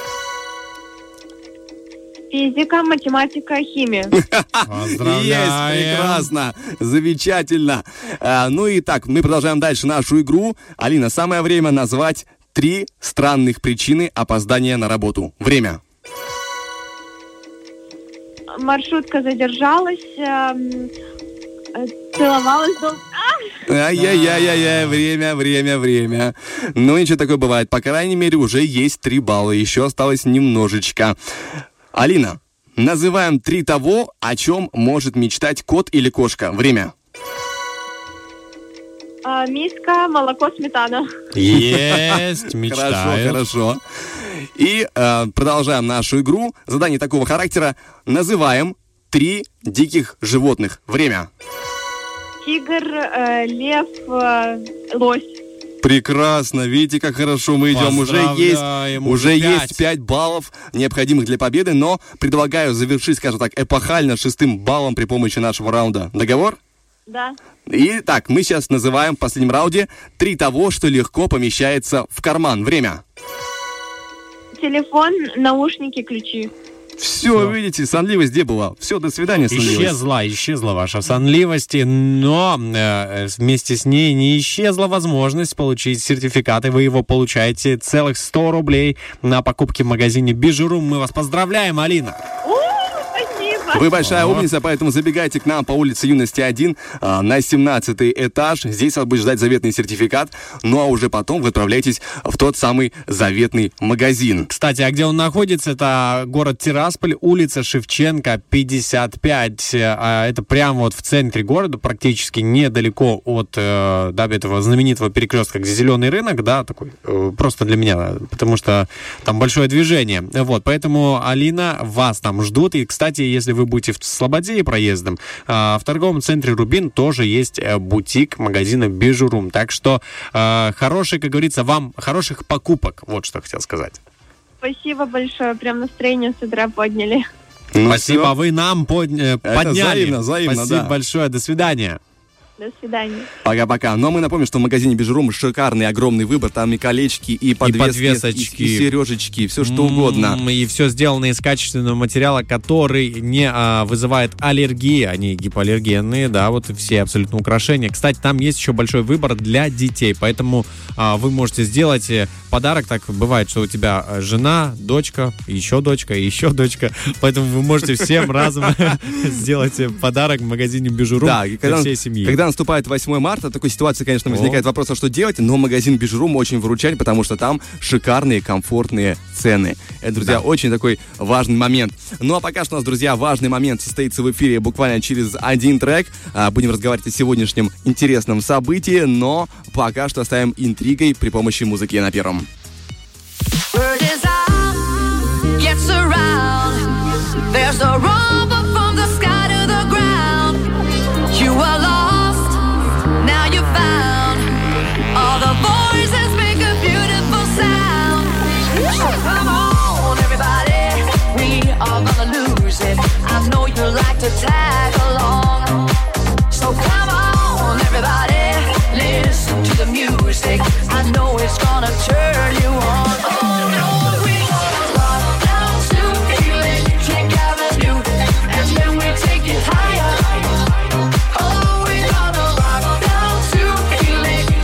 Физика, математика, химия. Есть, прекрасно, замечательно. Ну и так, мы продолжаем дальше нашу игру. Алина, самое время назвать 3 странных причины опоздания на работу. Время. Маршрутка задержалась, целовалась долго. Ай-яй-яй-яй, время. Ну, ничего такое бывает. По крайней мере, уже есть 3 балла. Еще осталось немножечко. Алина, называем 3 того, о чем может мечтать кот или кошка. Время. Миска, молоко, сметана. Есть, мечтаю. Хорошо. И продолжаем нашу игру. Задание такого характера. Называем 3 диких животных. Время. Тигр, лев, лось. Прекрасно. Видите, как хорошо мы идем. Поздравляем, Уже уже есть 5 баллов, необходимых для победы, но предлагаю завершить, скажем так, эпохально 6-м баллом при помощи нашего раунда. Договор? Да. Итак, мы сейчас называем в последнем раунде 3 того, что легко помещается в карман. Время. Телефон, наушники, ключи. Все, видите, сонливость где была? Все, до свидания, сонливость. Исчезла ваша сонливость, но вместе с ней не исчезла возможность получить сертификат, и вы его получаете целых 100 рублей на покупки в магазине Бижурум. Мы вас поздравляем, Алина! Спасибо. Вы большая умница, поэтому забегайте к нам по улице Юности 1 на 17-й этаж. Здесь вас будет ждать заветный сертификат. Ну а уже потом вы отправляетесь в тот самый заветный магазин. Кстати, а где он находится? Это город Тирасполь, улица Шевченко, 55. Это прямо вот в центре города, практически недалеко от этого знаменитого перекрестка, где Зеленый рынок, да, такой, просто для меня, потому что там большое движение. Вот, поэтому, Алина, вас там ждут. И, кстати, если вы будете в Слободе проездом, в торговом центре Рубин тоже есть бутик магазина Бижурум. Так что хороший, как говорится, вам хороших покупок. Вот что хотел сказать. Спасибо большое. Прям настроение с утра подняли. Спасибо, всё. вы нам подняли. взаимно, Спасибо да. большое. До свидания. До свидания. Пока-пока. Но мы напомним, что в магазине Бижурум шикарный, огромный выбор. Там и колечки, и подвесочки, и сережечки, все что угодно. И все сделано из качественного материала, который не вызывает аллергии. Они гипоаллергенные, да, вот все абсолютно украшения. Кстати, там есть еще большой выбор для детей, поэтому вы можете сделать подарок. Так бывает, что у тебя жена, дочка, еще дочка, еще дочка. Поэтому вы можете всем разом сделать подарок в магазине Бижурум для всей семьи. Когда наступает 8 марта, в такой ситуации, конечно, возникает вопрос, а что делать, но магазин Бижурум очень выручает, потому что там шикарные, комфортные цены. Это, друзья, очень такой важный момент. Ну, а пока что у нас, друзья, важный момент состоится в эфире буквально через 1 трек. Будем разговаривать о сегодняшнем интересном событии, но пока что оставим интригой при помощи музыки на Первом. You are lost, now you're found. All the voices make a beautiful sound. So come on, everybody, we are gonna lose it. I know you like to tag along. So come on, everybody, listen to the music. I know it's gonna turn you on. Oh no, we gonna rock down to feeling King Avenue, and then we take it higher. Oh, we gonna rock down to feeling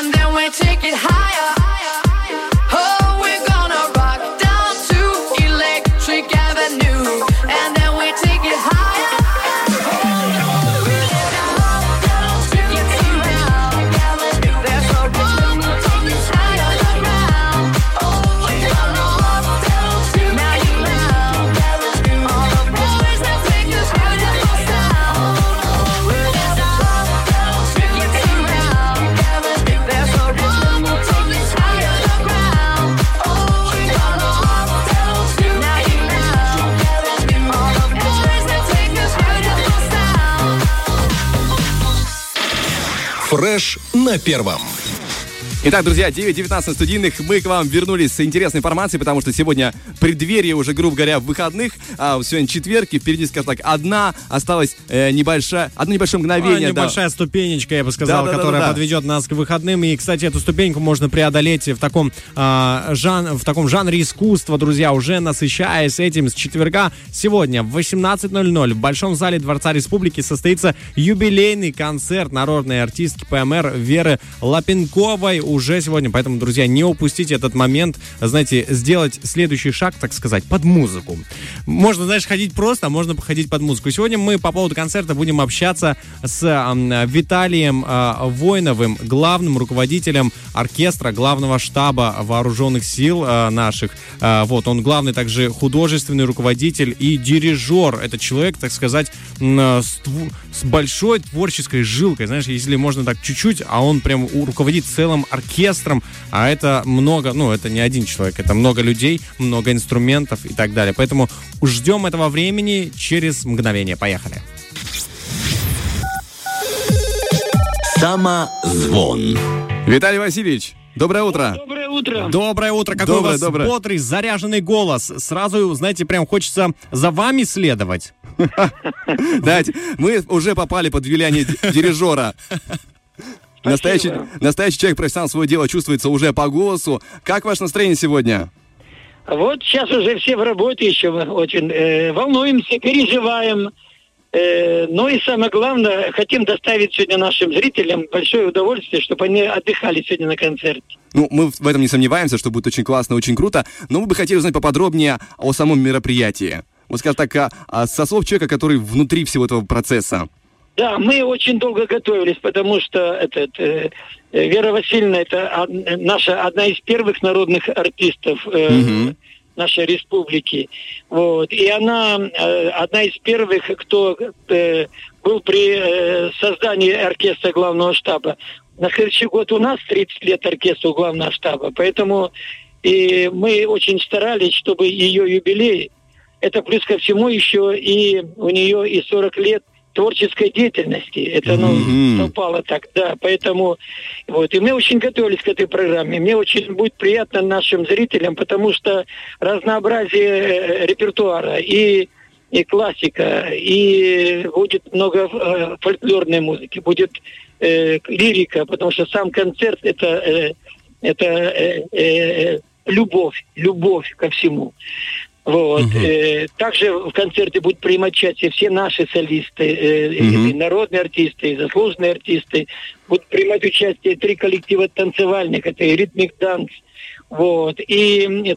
and then we take it higher. Oh, we're gonna rock down to Electric Avenue, and then we take it higher. Фреш на первом. Итак, друзья, 9:19 студийных. Мы к вам вернулись с интересной информацией, потому что сегодня преддверие уже, грубо говоря, выходных. Сегодня четверг, и впереди, скажем так, одно небольшое мгновение. Небольшая ступенечка, я бы сказал, которая подведет нас к выходным. И, кстати, эту ступеньку можно преодолеть в таком жанре искусства, друзья, уже насыщаясь этим с четверга. Сегодня в 18:00 в Большом зале Дворца Республики состоится юбилейный концерт народной артистки ПМР Веры Лапенковой уже сегодня. Поэтому, друзья, не упустите этот момент, знаете, сделать следующий шаг, так сказать, под музыку. Можно, знаешь, ходить просто, а можно походить под музыку. Сегодня мы по поводу концерта будем общаться с Виталием Войновым, главным руководителем оркестра главного штаба вооруженных сил наших. Он главный также художественный руководитель и дирижер. Это человек, так сказать, с большой творческой жилкой, знаешь, если можно так чуть-чуть, а он прям руководит целым оркестром, а это много, это не один человек, это много людей, много инструментов и так далее. Поэтому ждем этого времени через мгновение. Поехали. Самозвон. Виталий Васильевич, доброе утро. Доброе утро. Доброе утро. Какой у вас бодрый, заряженный голос. Сразу, знаете, прям хочется за вами следовать. Давайте, мы уже попали под влияние дирижера. Настоящий человек, профессионал своего дела, чувствуется уже по голосу. Как ваше настроение сегодня? Вот сейчас уже все в работе еще очень волнуемся, переживаем. Ну и самое главное, хотим доставить сегодня нашим зрителям большое удовольствие, чтобы они отдыхали сегодня на концерте. Мы в этом не сомневаемся, что будет очень классно, очень круто. Но мы бы хотели узнать поподробнее о самом мероприятии. Вот, скажем так, со слов человека, который внутри всего этого процесса. Да, мы очень долго готовились, потому что Вера Васильевна — это наша одна из первых народных артистов нашей республики. И она одна из первых, кто был при создании оркестра главного штаба. На следующий год у нас 30 лет оркестру главного штаба, поэтому и мы очень старались, чтобы ее юбилей, это плюс ко всему еще и у нее и 40 лет творческой деятельности. Это, совпало так, да. Поэтому, и мы очень готовились к этой программе. Мне очень будет приятно нашим зрителям, потому что разнообразие репертуара и классика, и будет много фольклорной музыки, будет лирика, потому что сам концерт это любовь ко всему. Также в концерте будут принимать участие все наши солисты, и народные артисты, и заслуженные артисты. Будут принимать участие 3 коллектива танцевальных, это и ритмик данс, и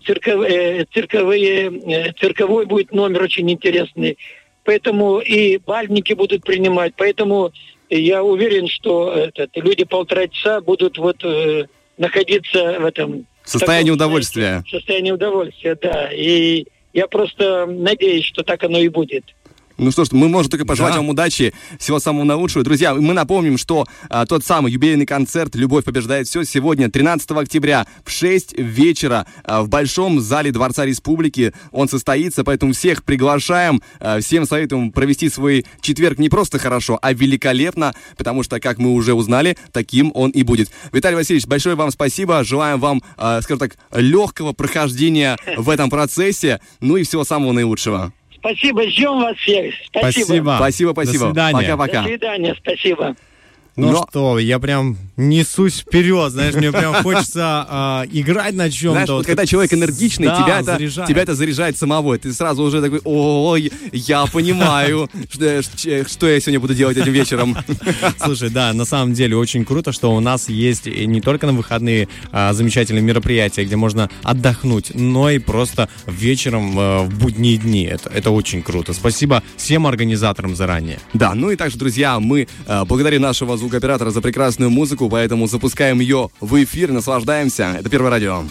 цирковой будет номер очень интересный. Поэтому и бальники будут принимать. Поэтому я уверен, что люди 1,5 часа будут находиться в этом состоянии удовольствия. Состояние удовольствия, да. И я просто надеюсь, что так оно и будет. Ну что ж, мы можем только пожелать вам удачи, всего самого наилучшего. Друзья, мы напомним, что тот самый юбилейный концерт «Любовь побеждает все» сегодня, 13 октября, в 6 вечера в Большом зале Дворца Республики. Он состоится, поэтому всех приглашаем. Всем советуем провести свой четверг не просто хорошо, а великолепно, потому что, как мы уже узнали, таким он и будет. Виталий Васильевич, большое вам спасибо. Желаем вам, скажем так, легкого прохождения в этом процессе. Ну и всего самого наилучшего. Спасибо, ждем вас всех. Спасибо. До свидания. Пока-пока. До свидания, спасибо. Ну что, я прям несусь вперед, знаешь, мне прям хочется играть на чем-то. Знаешь, вот когда человек энергичный, да, тебя это заряжает самого. Ты сразу уже такой, ой, я понимаю, что я сегодня буду делать этим вечером. Слушай, да, на самом деле очень круто, что у нас есть не только на выходные замечательные мероприятия, где можно отдохнуть, но и просто вечером в будние дни. Это очень круто. Спасибо всем организаторам заранее. Да, ну и также, друзья, мы благодарим нашего звукооператора за прекрасную музыку, поэтому запускаем ее в эфир, наслаждаемся. Это Первое радио.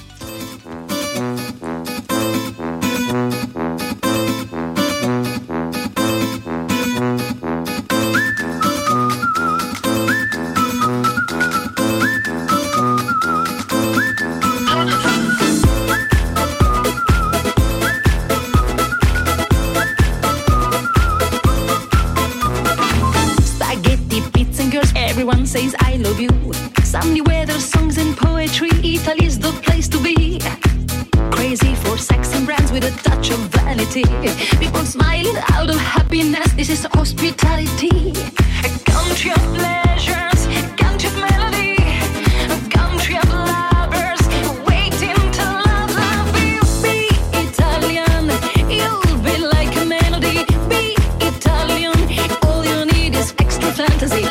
Everyone says I love you. Sunny weather, songs and poetry. Italy's the place to be. Crazy for sex and brands with a touch of vanity. People smiling out of happiness. This is hospitality. A country of pleasures, a country of melody, a country of lovers waiting to love you. Be Italian, you'll be like a melody. Be Italian, all you need is extra fantasy.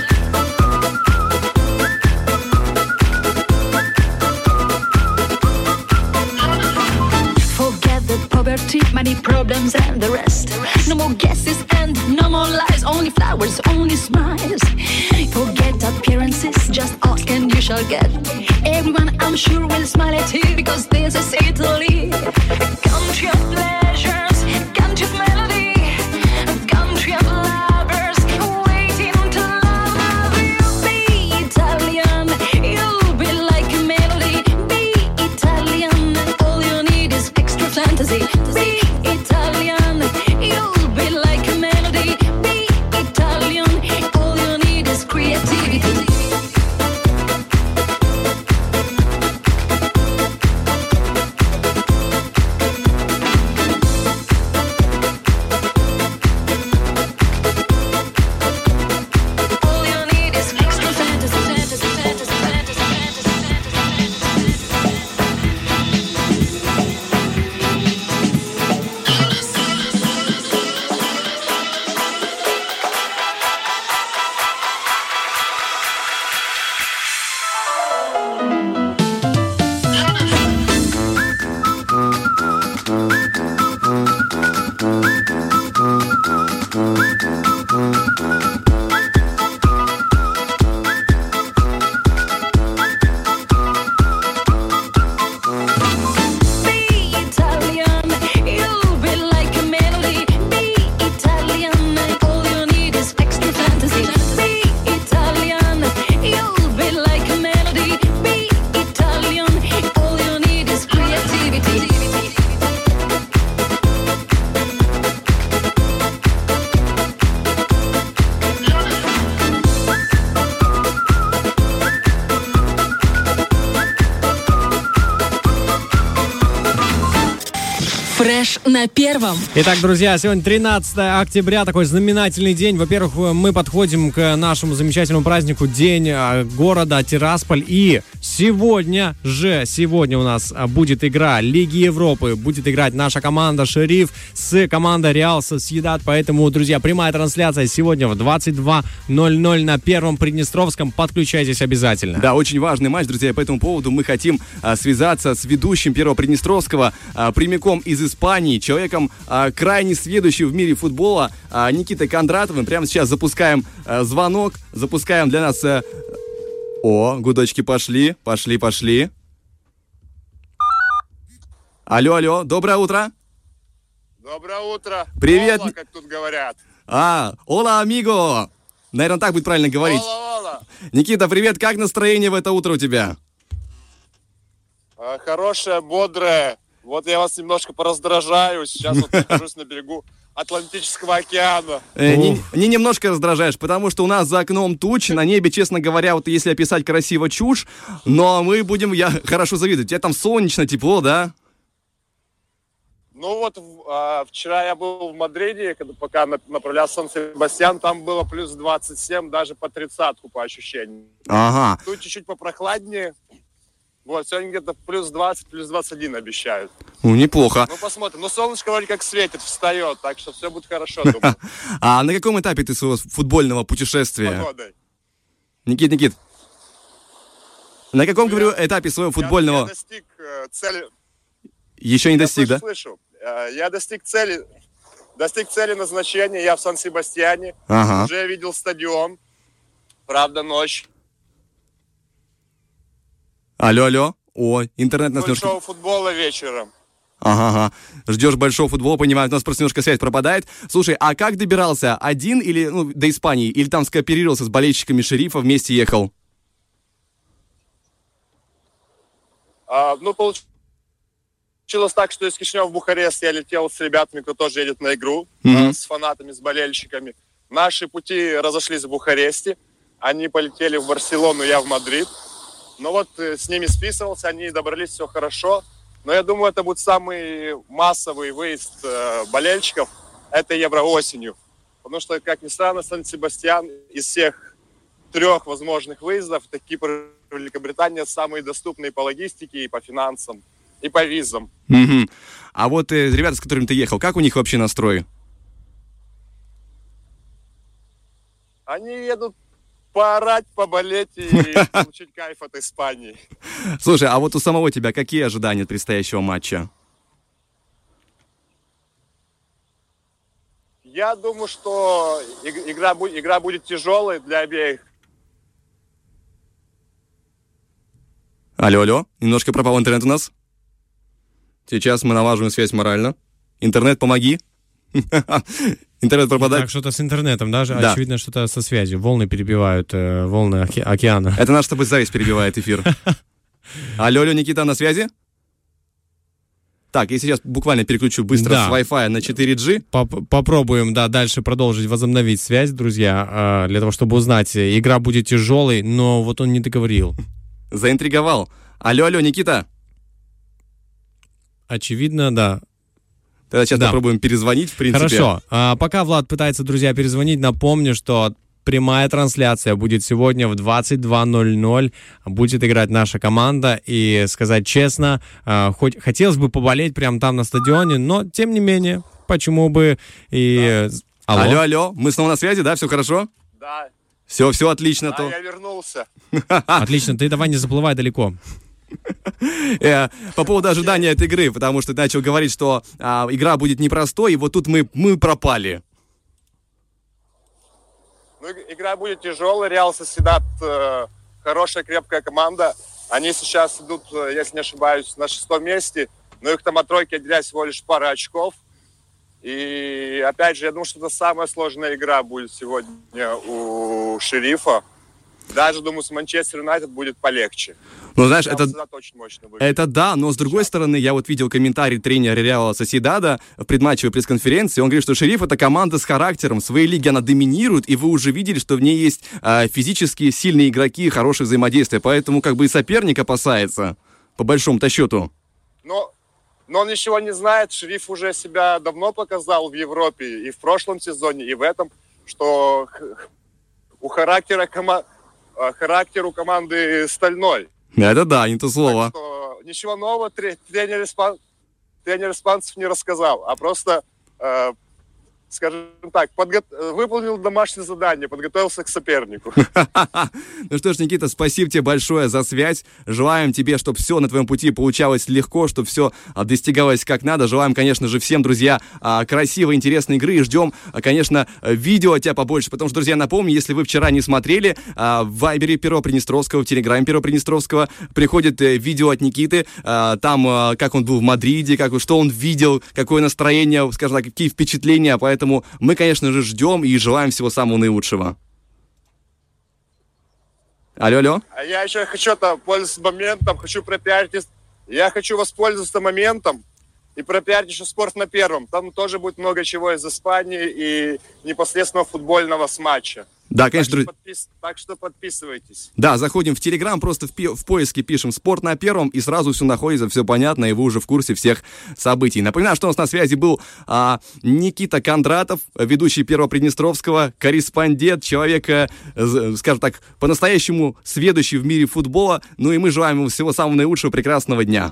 Money problems and the rest. No more guesses and no more lies. Only flowers, only smiles. Forget appearances, just ask and you shall get. Everyone I'm sure will smile at you because this is Italy. A country of pleasures, a country of melody, a country of lovers waiting to love you. Be Italian, you'll be like a melody. Be Italian, all you need is extra fantasy. Be Italian, you'll be like a melody. Be Italian, all you need is creativity. All you need is extra fantasy, fantasy, fantasy, fantasy, Фреш на первом. Итак, друзья, сегодня 13 октября, такой знаменательный день. Во-первых, мы подходим к нашему замечательному празднику День города Тирасполь. И сегодня у нас будет игра Лиги Европы. Будет играть наша команда «Шериф» с командой «Реал Сосьедад». Поэтому, друзья, прямая трансляция сегодня в 22:00 на Первом Приднестровском. Подключайтесь обязательно. Да, очень важный матч, друзья. По этому поводу мы хотим связаться с ведущим Первого Приднестровского прямиком из Испании, человеком крайне сведущим в мире футбола, Никитой Кондратовым. Прямо сейчас запускаем звонок, запускаем для нас... О, гудочки пошли. Алло, доброе утро. Доброе утро. Привет. Ола, как тут говорят. Ола, амиго. Наверное, так будет правильно говорить. Ола. Никита, привет, как настроение в это утро у тебя? Хорошее, бодрое. Вот я вас немножко пораздражаю. Сейчас вот нахожусь на берегу Атлантического океана. Не немножко раздражаешь, потому что у нас за окном тучи, на небе, честно говоря, вот если описать красиво, чушь, но мы будем, я хорошо завидую. У тебя там солнечно, тепло, да? Ну вот вчера я был в Мадриде, пока направлялся в Сан-Себастьян, там было плюс 27, даже по 30-ку по ощущениям. Ага. Тут чуть-чуть попрохладнее. Вот, сегодня где-то плюс 20, плюс 21 обещают. Ну, неплохо. Ну, посмотрим. Ну, солнышко вроде как светит, встает, так что все будет хорошо, думаю. А на каком этапе ты своего футбольного путешествия? Погодой. Никит. На каком, говорю, этапе своего футбольного... Я достиг цели. Еще не достиг, да? Слышу. Я достиг цели назначения. Я в Сан-Себастьяне. Ага. Уже видел стадион. Правда, ночь. Алло. О, интернет нас немножко... Большого футбола вечером. Ага. Ждешь большого футбола, понимаю, у нас просто немножко связь пропадает. Слушай, а как добирался? Один или, до Испании? Или там скооперировался с болельщиками Шерифа, вместе ехал? Получилось так, что из Кишинева в Бухарест я летел с ребятами, кто тоже едет на игру, с фанатами, с болельщиками. Наши пути разошлись в Бухаресте. Они полетели в Барселону, я в Мадрид. Но вот с ними списывался, они добрались, все хорошо. Но я думаю, это будет самый массовый выезд болельщиков этой Евро-осенью. Потому что, как ни странно, Сан-Себастьян из всех 3 возможных выездов, так Кипр и Великобритания самые доступные по логистике и по финансам, и по визам. Угу. А вот ребята, с которыми ты ехал, как у них вообще настрой? Они едут поорать, поболеть и получить кайф от Испании. Слушай, а вот у самого тебя какие ожидания от предстоящего матча? Я думаю, что игра будет тяжелой для обеих. Алло, немножко пропал интернет у нас. Сейчас мы налаживаем связь морально. Интернет, помоги. Интернет пропадает. Так, что-то с интернетом даже, да. Очевидно, что-то со связью. Волны перебивают, волны океана. Это наш с тобой зависть перебивает эфир. Алло, Никита, на связи? Так, я сейчас буквально переключу быстро с Wi-Fi на 4G. Попробуем, дальше продолжить, возобновить связь, друзья, для того, чтобы узнать. Игра будет тяжелой, но вот он не договорил. Заинтриговал. Алло, Никита. Очевидно, да. Тогда сейчас попробуем перезвонить, в принципе. Хорошо. Пока Влад пытается, друзья, перезвонить, напомню, что прямая трансляция будет сегодня в 22:00. Будет играть наша команда. И сказать честно, хоть хотелось бы поболеть прямо там на стадионе, но, тем не менее, почему бы и... Да. Алло, мы снова на связи, да? Все хорошо? Да. Все отлично. Да, я вернулся. Отлично, ты давай не заплывай далеко. По поводу ожидания этой игры, потому что ты начал говорить, что игра будет непростой, и вот тут мы пропали. Ну, игра будет тяжелая. Реал Сосьедад хорошая, крепкая команда. Они сейчас идут, если не ошибаюсь, на 6-м месте, но их там от тройки отделяет всего лишь пара очков. И опять же, я думаю, что это самая сложная игра будет сегодня у Шерифа. Даже, думаю, с Манчестер Юнайтед будет полегче. Ну, знаешь, это да, но с другой стороны, я вот видел комментарий тренера Реала Сосьедада в предматчевой пресс-конференции. Он говорит, что Шериф — это команда с характером, в своей лиге она доминирует, и вы уже видели, что в ней есть физически сильные игроки, хорошее взаимодействие, поэтому как бы и соперник опасается, по большому-то счету. Но он ничего не знает. Шериф уже себя давно показал в Европе, и в прошлом сезоне, и в этом, что характер у команды стальной. Это да, не то слово. Так что ничего нового тренер испанцев не рассказал, а просто, скажем так, выполнил домашнее задание, подготовился к сопернику. Ну что ж, Никита, спасибо тебе большое за связь. Желаем тебе, чтобы все на твоем пути получалось легко, чтобы все достигалось как надо. Желаем, конечно же, всем, друзья, красивой, интересной игры. И ждем, конечно, видео от тебя побольше. Потому что, друзья, напомню, если вы вчера не смотрели, в Вайбере Перо Приднестровского, в Телеграме Перо Приднестровского приходит видео от Никиты. Там, как он был в Мадриде, что он видел, какое настроение, скажем так, какие впечатления. Поэтому мы, конечно же, ждем и желаем всего самого наилучшего. Алло. А я еще хочу пользоваться моментом, я хочу воспользоваться моментом и пропиарить еще спорт на первом. Там тоже будет много чего из Испании и непосредственно футбольного с матча. Да, конечно, друзья. Так что подписывайтесь. Да, заходим в Телеграм, просто в поиске пишем «Спорт на первом», и сразу все находится, все понятно, и вы уже в курсе всех событий. Напоминаю, что у нас на связи был Никита Кондратов, ведущий Первого Приднестровского, корреспондент, человек, скажем так, по-настоящему сведущий в мире футбола. Ну и мы желаем ему всего самого наилучшего, прекрасного дня.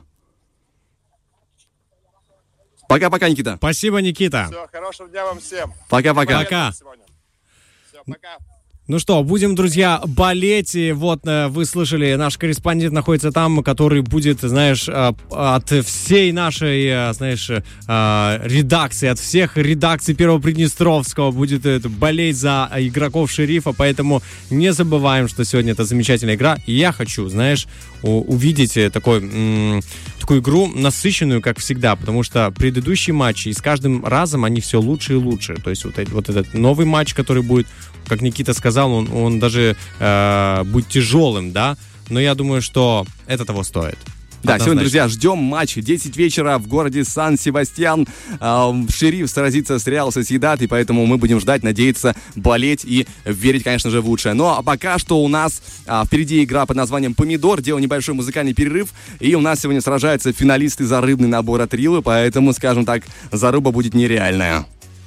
Пока-пока, Никита. Спасибо, Никита. Все, хорошего дня вам всем. Пока-пока. Пока. Все, пока. Ну что, будем, друзья, болеть. И вот вы слышали, наш корреспондент находится там, который будет, знаешь, от всей нашей, знаешь, редакции, от всех редакций Первого Приднестровского будет болеть за игроков Шерифа. Поэтому не забываем, что сегодня это замечательная игра. И я хочу, знаешь, увидеть такую игру насыщенную, как всегда, потому что предыдущие матчи, и с каждым разом они все лучше и лучше. То есть вот этот новый матч, который будет, как Никита сказал, он даже будет тяжелым, да, но я думаю, что это того стоит. Да, Однозначно. сегодня, друзья, ждем матч. 10 вечера в городе Сан-Себастьян. Шериф сразится с Реал Сосьедад, и поэтому мы будем ждать, надеяться, болеть и верить, конечно же, в лучшее. Но пока что у нас впереди игра под названием «Помидор». Делаем небольшой музыкальный перерыв, и у нас сегодня сражаются финалисты за рыбный набор от Рилы, поэтому, скажем так, заруба будет нереальная.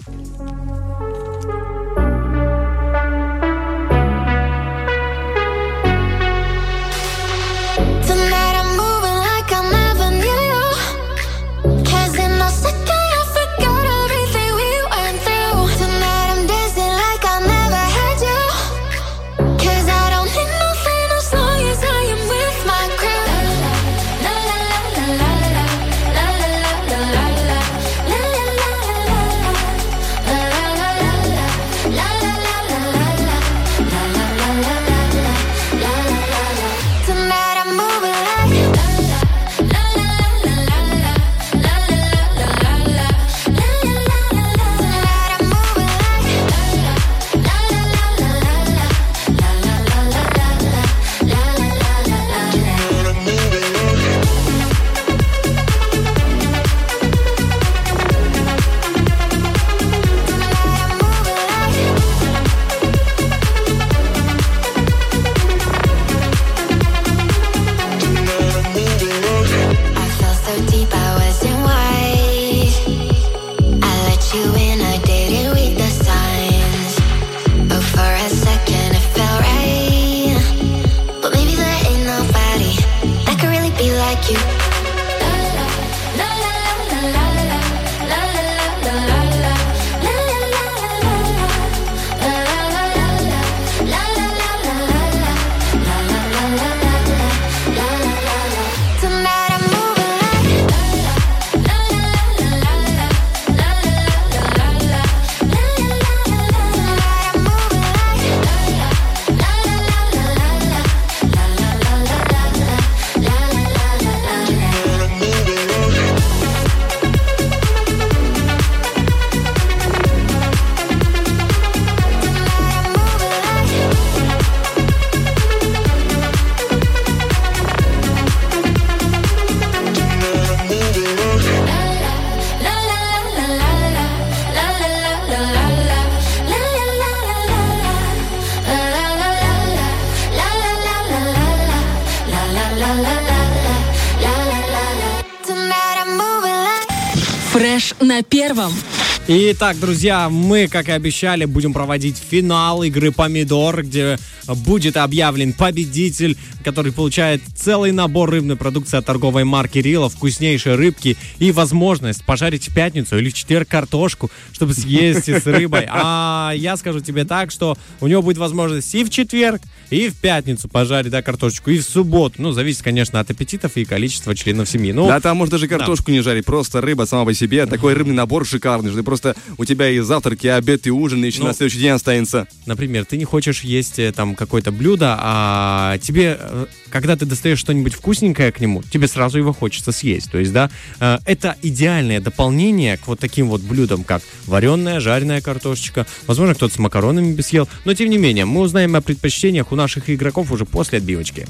Фреш на первом. Итак, друзья, мы, как и обещали, будем проводить финал игры «Помидор», где будет объявлен победитель, который получает целый набор рыбной продукции от торговой марки Рила, вкуснейшие рыбки и возможность пожарить в пятницу или в четверг картошку, чтобы съесть с рыбой. А я скажу тебе так, что у него будет возможность и в четверг, и в пятницу пожарить, да, картошечку, и в субботу. Ну, зависит, конечно, от аппетитов и количества членов семьи. Ну, да, там можно даже картошку не жарить, просто рыба сама по себе. Такой рыбный набор шикарный, что просто у тебя и завтрак, и обед, и ужин, и еще на следующий день останется. Например, ты не хочешь есть там какое-то блюдо, а тебе, когда ты достаешь что-нибудь вкусненькое к нему, тебе сразу его хочется съесть. То есть, да, это идеальное дополнение к вот таким вот блюдам, как вареная, жареная картошечка. Возможно, кто-то с макаронами бы съел. Но, тем не менее, мы узнаем о предпочтениях у наших игроков уже после отбивочки.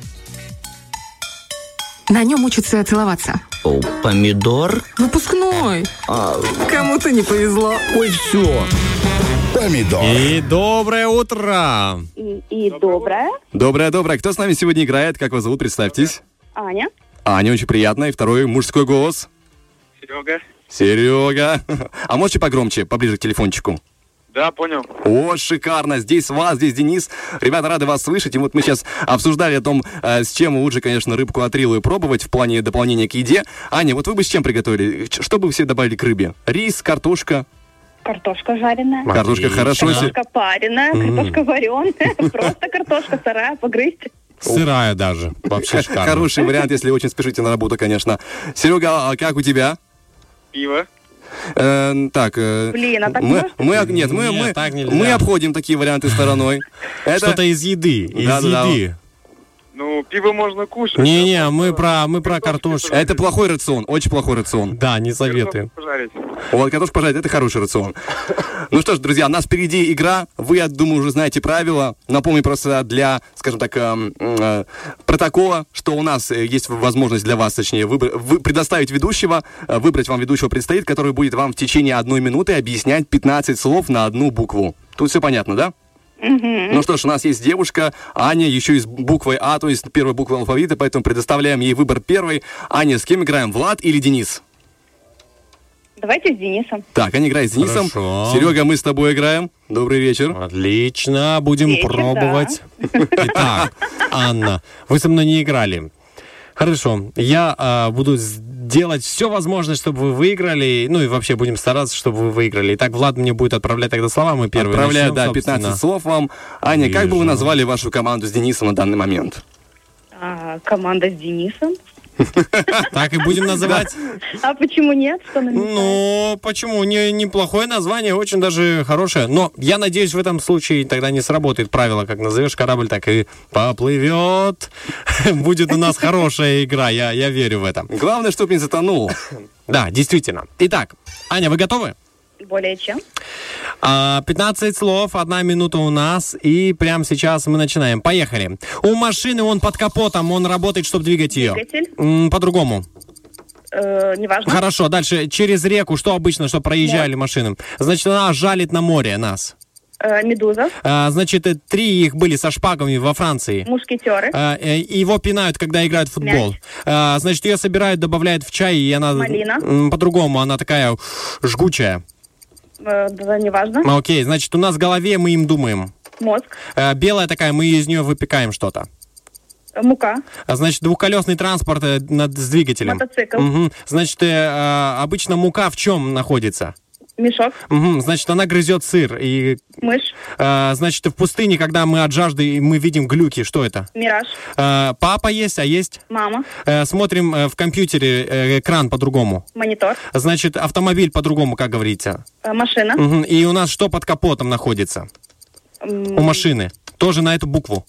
На нем учатся целоваться. О, помидор? Выпускной. Кому-то не повезло. Ой, все. помидор. И доброе утро. И доброе. Доброе. Кто с нами сегодня играет? Как вас зовут? Представьтесь. Аня. Аня, очень приятно. И второй мужской голос. Серега. А можете погромче, поближе к телефончику? Да, понял. О, шикарно. Здесь вас, здесь Денис. Ребята, рады вас слышать. И вот мы сейчас обсуждали о том, с чем лучше, конечно, рыбку атрилую пробовать в плане дополнения к еде. Аня, вот вы бы с чем приготовили? Что бы вы все добавили к рыбе? Рис, картошка? Картошка жареная. Картошка хорошо. Картошка пареная, картошка вареная. Просто картошка сырая, погрызть. Сырая даже. Вообще шикарно. Хороший вариант, если очень спешите на работу, конечно. Серега, а как у тебя? Пиво. Блин, а так можно? Мы обходим такие варианты стороной. Что-то из еды. Еды. Ну, пиво можно кушать. Не-не, мы про картошку. Это плохой рацион, очень плохой рацион. Да, не советую. Вот, картошку пожарить, это хороший рацион. Ну что ж, друзья, у нас впереди игра. Вы, я думаю, уже знаете правила. Напомню просто для, скажем так, протокола, что у нас есть возможность для вас, точнее, предоставить ведущего. Выбрать вам ведущего предстоит, который будет вам в течение 1 минуты объяснять 15 слов на одну букву. Тут все понятно, да? Ну что ж, у нас есть девушка Аня, еще и с буквой А, то есть первой буквой алфавита, поэтому предоставляем ей выбор первый. Аня, с кем играем, Влад или Денис? Давайте с Денисом. Так, Аня играет с Денисом. Хорошо. Серега, мы с тобой играем. Добрый вечер. Отлично, будем пробовать. Да. Итак, Анна, вы со мной не играли. Хорошо, я буду делать все возможное, чтобы вы выиграли, ну и вообще будем стараться, чтобы вы выиграли. Итак, Влад мне будет отправлять тогда слова, мы первые отправляю, начнем, да, 15 слов вам. Аня, как бы вы назвали вашу команду с Денисом на данный момент? Команда с Денисом. Так и будем называть? А почему нет? Что намекает? Ну, почему? Неплохое название, очень даже хорошее. Но я надеюсь, в этом случае тогда не сработает правило, как назовешь корабль, так и поплывет. Будет у нас хорошая игра, я верю в это. Главное, чтобы не затонул. Да, действительно. Итак, Аня, вы готовы? Более чем. 15 слов, 1 минута у нас, и прямо сейчас мы начинаем. Поехали. У машины он под капотом, он работает, чтобы двигать ее. Двигатель. По-другому. Неважно. Хорошо, дальше. Через реку, что обычно, что проезжали машины? Значит, она жалит на море нас. Медуза. Значит, 3 их были со шпагами во Франции. Мушкетеры. Его пинают, когда играют в футбол. Значит, ее собирают, добавляют в чай, и она... Малина. По-другому, она такая жгучая. Да, неважно. Окей, значит, у нас в голове мы им думаем. Мозг. Белая такая, мы из нее выпекаем что-то. Мука. Значит, двухколесный транспорт с двигателем. Мотоцикл. Угу. Значит, обычно мука в чем находится? Мешок. Угу. Значит, она грызет сыр. И, мышь. Значит, в пустыне, когда мы от жажды, мы видим глюки, что это? Мираж. Папа есть, а есть? Мама. Смотрим в компьютере экран по-другому. Монитор. Значит, автомобиль по-другому, как говорится? Машина. Угу. И у нас что под капотом находится? У машины. Тоже на эту букву.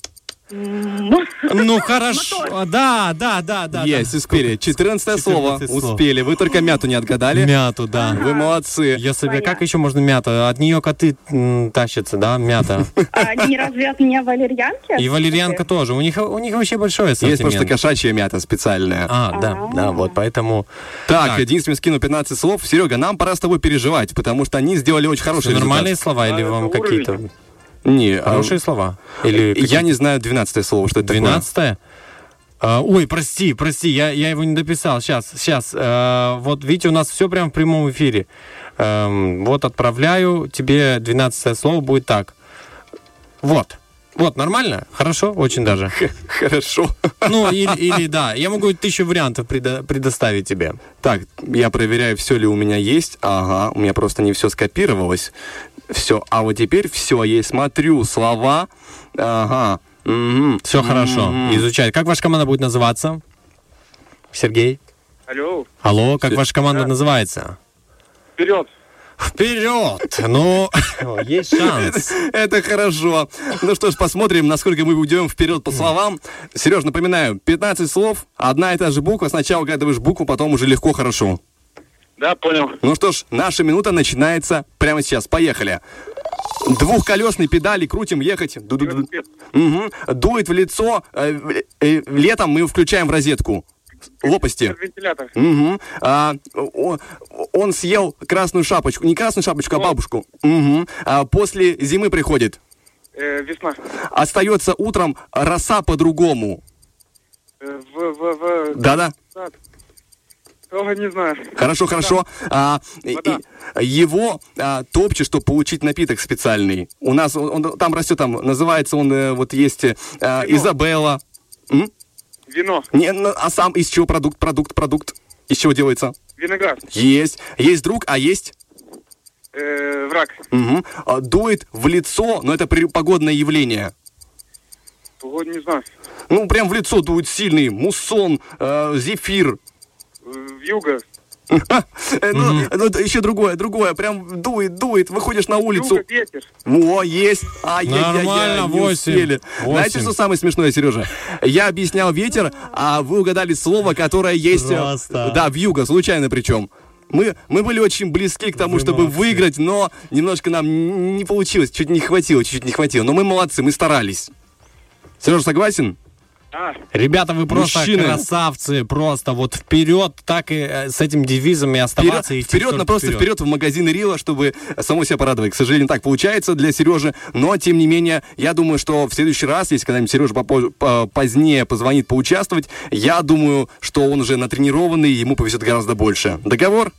Ну, хорошо. Да. Есть, успели. 14 слово. Успели. Вы только мяту не отгадали. Мяту, да. Вы молодцы. Я себе, как еще можно мята? От нее коты тащатся, да, мята. Не разве от меня валерьянки? И валерьянка тоже. У них вообще большой ассортимент. Есть просто кошачья мята специальная. Да, вот поэтому... Так, Денис мне скинул 15 слов. Серега, нам пора с тобой переживать, потому что они сделали очень хорошие результаты. Нормальные слова или вам какие-то... Не, хорошие слова. Или я не знаю 12 слово, что это 12-е? Ой, прости, я его не дописал. Сейчас. Вот видите, у нас все прямо в прямом эфире. Вот отправляю, тебе 12 слово будет так. Вот, нормально? Хорошо? Очень даже. Хорошо. Ну, или да, я могу 1000 вариантов предоставить тебе. Так, я проверяю, все ли у меня есть. Ага, у меня просто не все скопировалось. Все, а вот теперь все, я смотрю слова. Ага. Все хорошо. Изучай. Как ваша команда будет называться? Сергей? Алло, как ваша команда называется? Вперед! Ну, есть шанс. Это хорошо. Ну что ж, посмотрим, насколько мы уйдем вперед по словам. Сереж, напоминаю, 15 слов, одна и та же буква. Сначала угадываешь букву, потом уже легко, хорошо. Да, понял. Ну что ж, наша минута начинается прямо сейчас. Поехали. Двухколесные педали, крутим, ехать. Дует в лицо. Летом мы включаем в розетку. лопасти. Вентилятор. Угу. Он съел красную шапочку. Не красную шапочку, а бабушку. Угу. После зимы приходит. Весна. Остается утром роса по-другому. Да-да. Тоже не знаю. Хорошо. Его топчут, чтобы получить напиток специальный. У нас он там растет, там называется он, вот есть Изабелла. Вино. Не, а сам из чего продукт? Из чего делается? Виноград. Есть друг, а есть? Враг. Угу. Дует в лицо, но это погодное явление. Погоду не знаю. Ну, прям в лицо дует сильный муссон, зефир. Вьюга. Ну, еще другое, прям дует, выходишь на улицу. Вьюга, ветер. О, есть. Нормально, не успели. 8. Знаете, что самое смешное, Сережа? Я объяснял ветер, а вы угадали слово, которое есть... Просто. Да, вьюга, случайно причем. Мы были очень близки к тому, чтобы выиграть, но немножко нам не получилось, чуть не хватило. Но мы молодцы, мы старались. Сережа, согласен? Ребята, вы просто Мужчины. красавцы, просто вот вперед, так и с этим девизом и оставаться. Вперед, в магазин Рила, чтобы само себя порадовать. К сожалению, так получается для Сережи, но тем не менее, я думаю, что в следующий раз, если когда-нибудь Сережа позднее позвонит поучаствовать, я думаю, что он уже натренированный, ему повезет гораздо больше. Договор?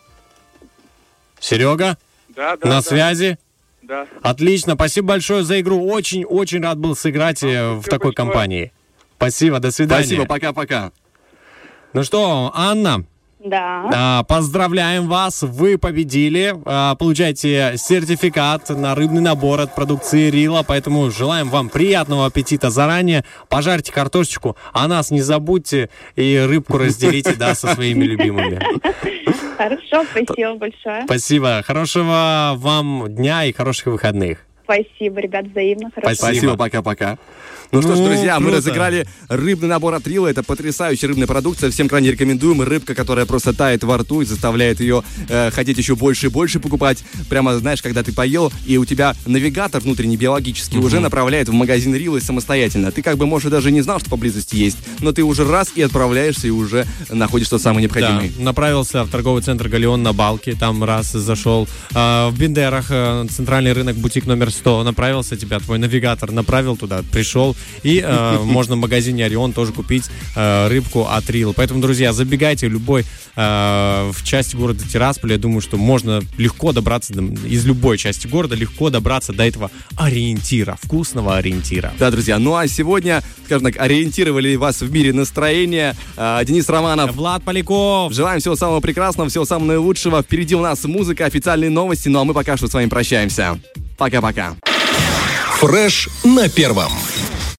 Серега? На связи? Да. Отлично, спасибо большое за игру. Очень рад был сыграть в такой компании. Спасибо, до свидания. Спасибо, пока-пока. Ну что, Анна? Да. Поздравляем вас, вы победили. Получаете сертификат на рыбный набор от продукции Рила, поэтому желаем вам приятного аппетита заранее. Пожарьте картошечку, а нас не забудьте и рыбку разделите, со своими любимыми. Хорошо, спасибо большое. Спасибо, хорошего вам дня и хороших выходных. Спасибо, ребят, взаимно. Хорошо. Спасибо, пока-пока. Ну что ж, друзья, мы круто. разыграли рыбный набор от Рила. Это потрясающая рыбная продукция. Всем крайне рекомендуем. Рыбка, которая просто тает во рту и заставляет ее хотеть еще больше и больше покупать. Прямо, знаешь, когда ты поел, и у тебя навигатор внутренний биологический уже направляет в магазин Рила самостоятельно. Ты как бы, может, даже не знал, что поблизости есть, но ты уже раз и отправляешься, и уже находишь тот самый необходимый. Да, направился в торговый центр «Галеон» на Балке, там раз зашел. В Бендерах, центральный рынок, бутик номер 100, направился тебя, твой навигатор направил туда, пришел. И можно в магазине «Орион» тоже купить рыбку от Рил. Поэтому, друзья, забегайте в любой в части города Тирасполь. Я думаю, что можно легко добраться из любой части города, легко добраться до этого ориентира, вкусного ориентира. Да, друзья, ну а сегодня, скажем так, ориентировали вас в мире настроения Денис Романов, Влад Поляков. Желаем всего самого прекрасного, всего самого наилучшего. Впереди у нас музыка, официальные новости, ну а мы пока что с вами прощаемся. Пока-пока. Фреш на первом.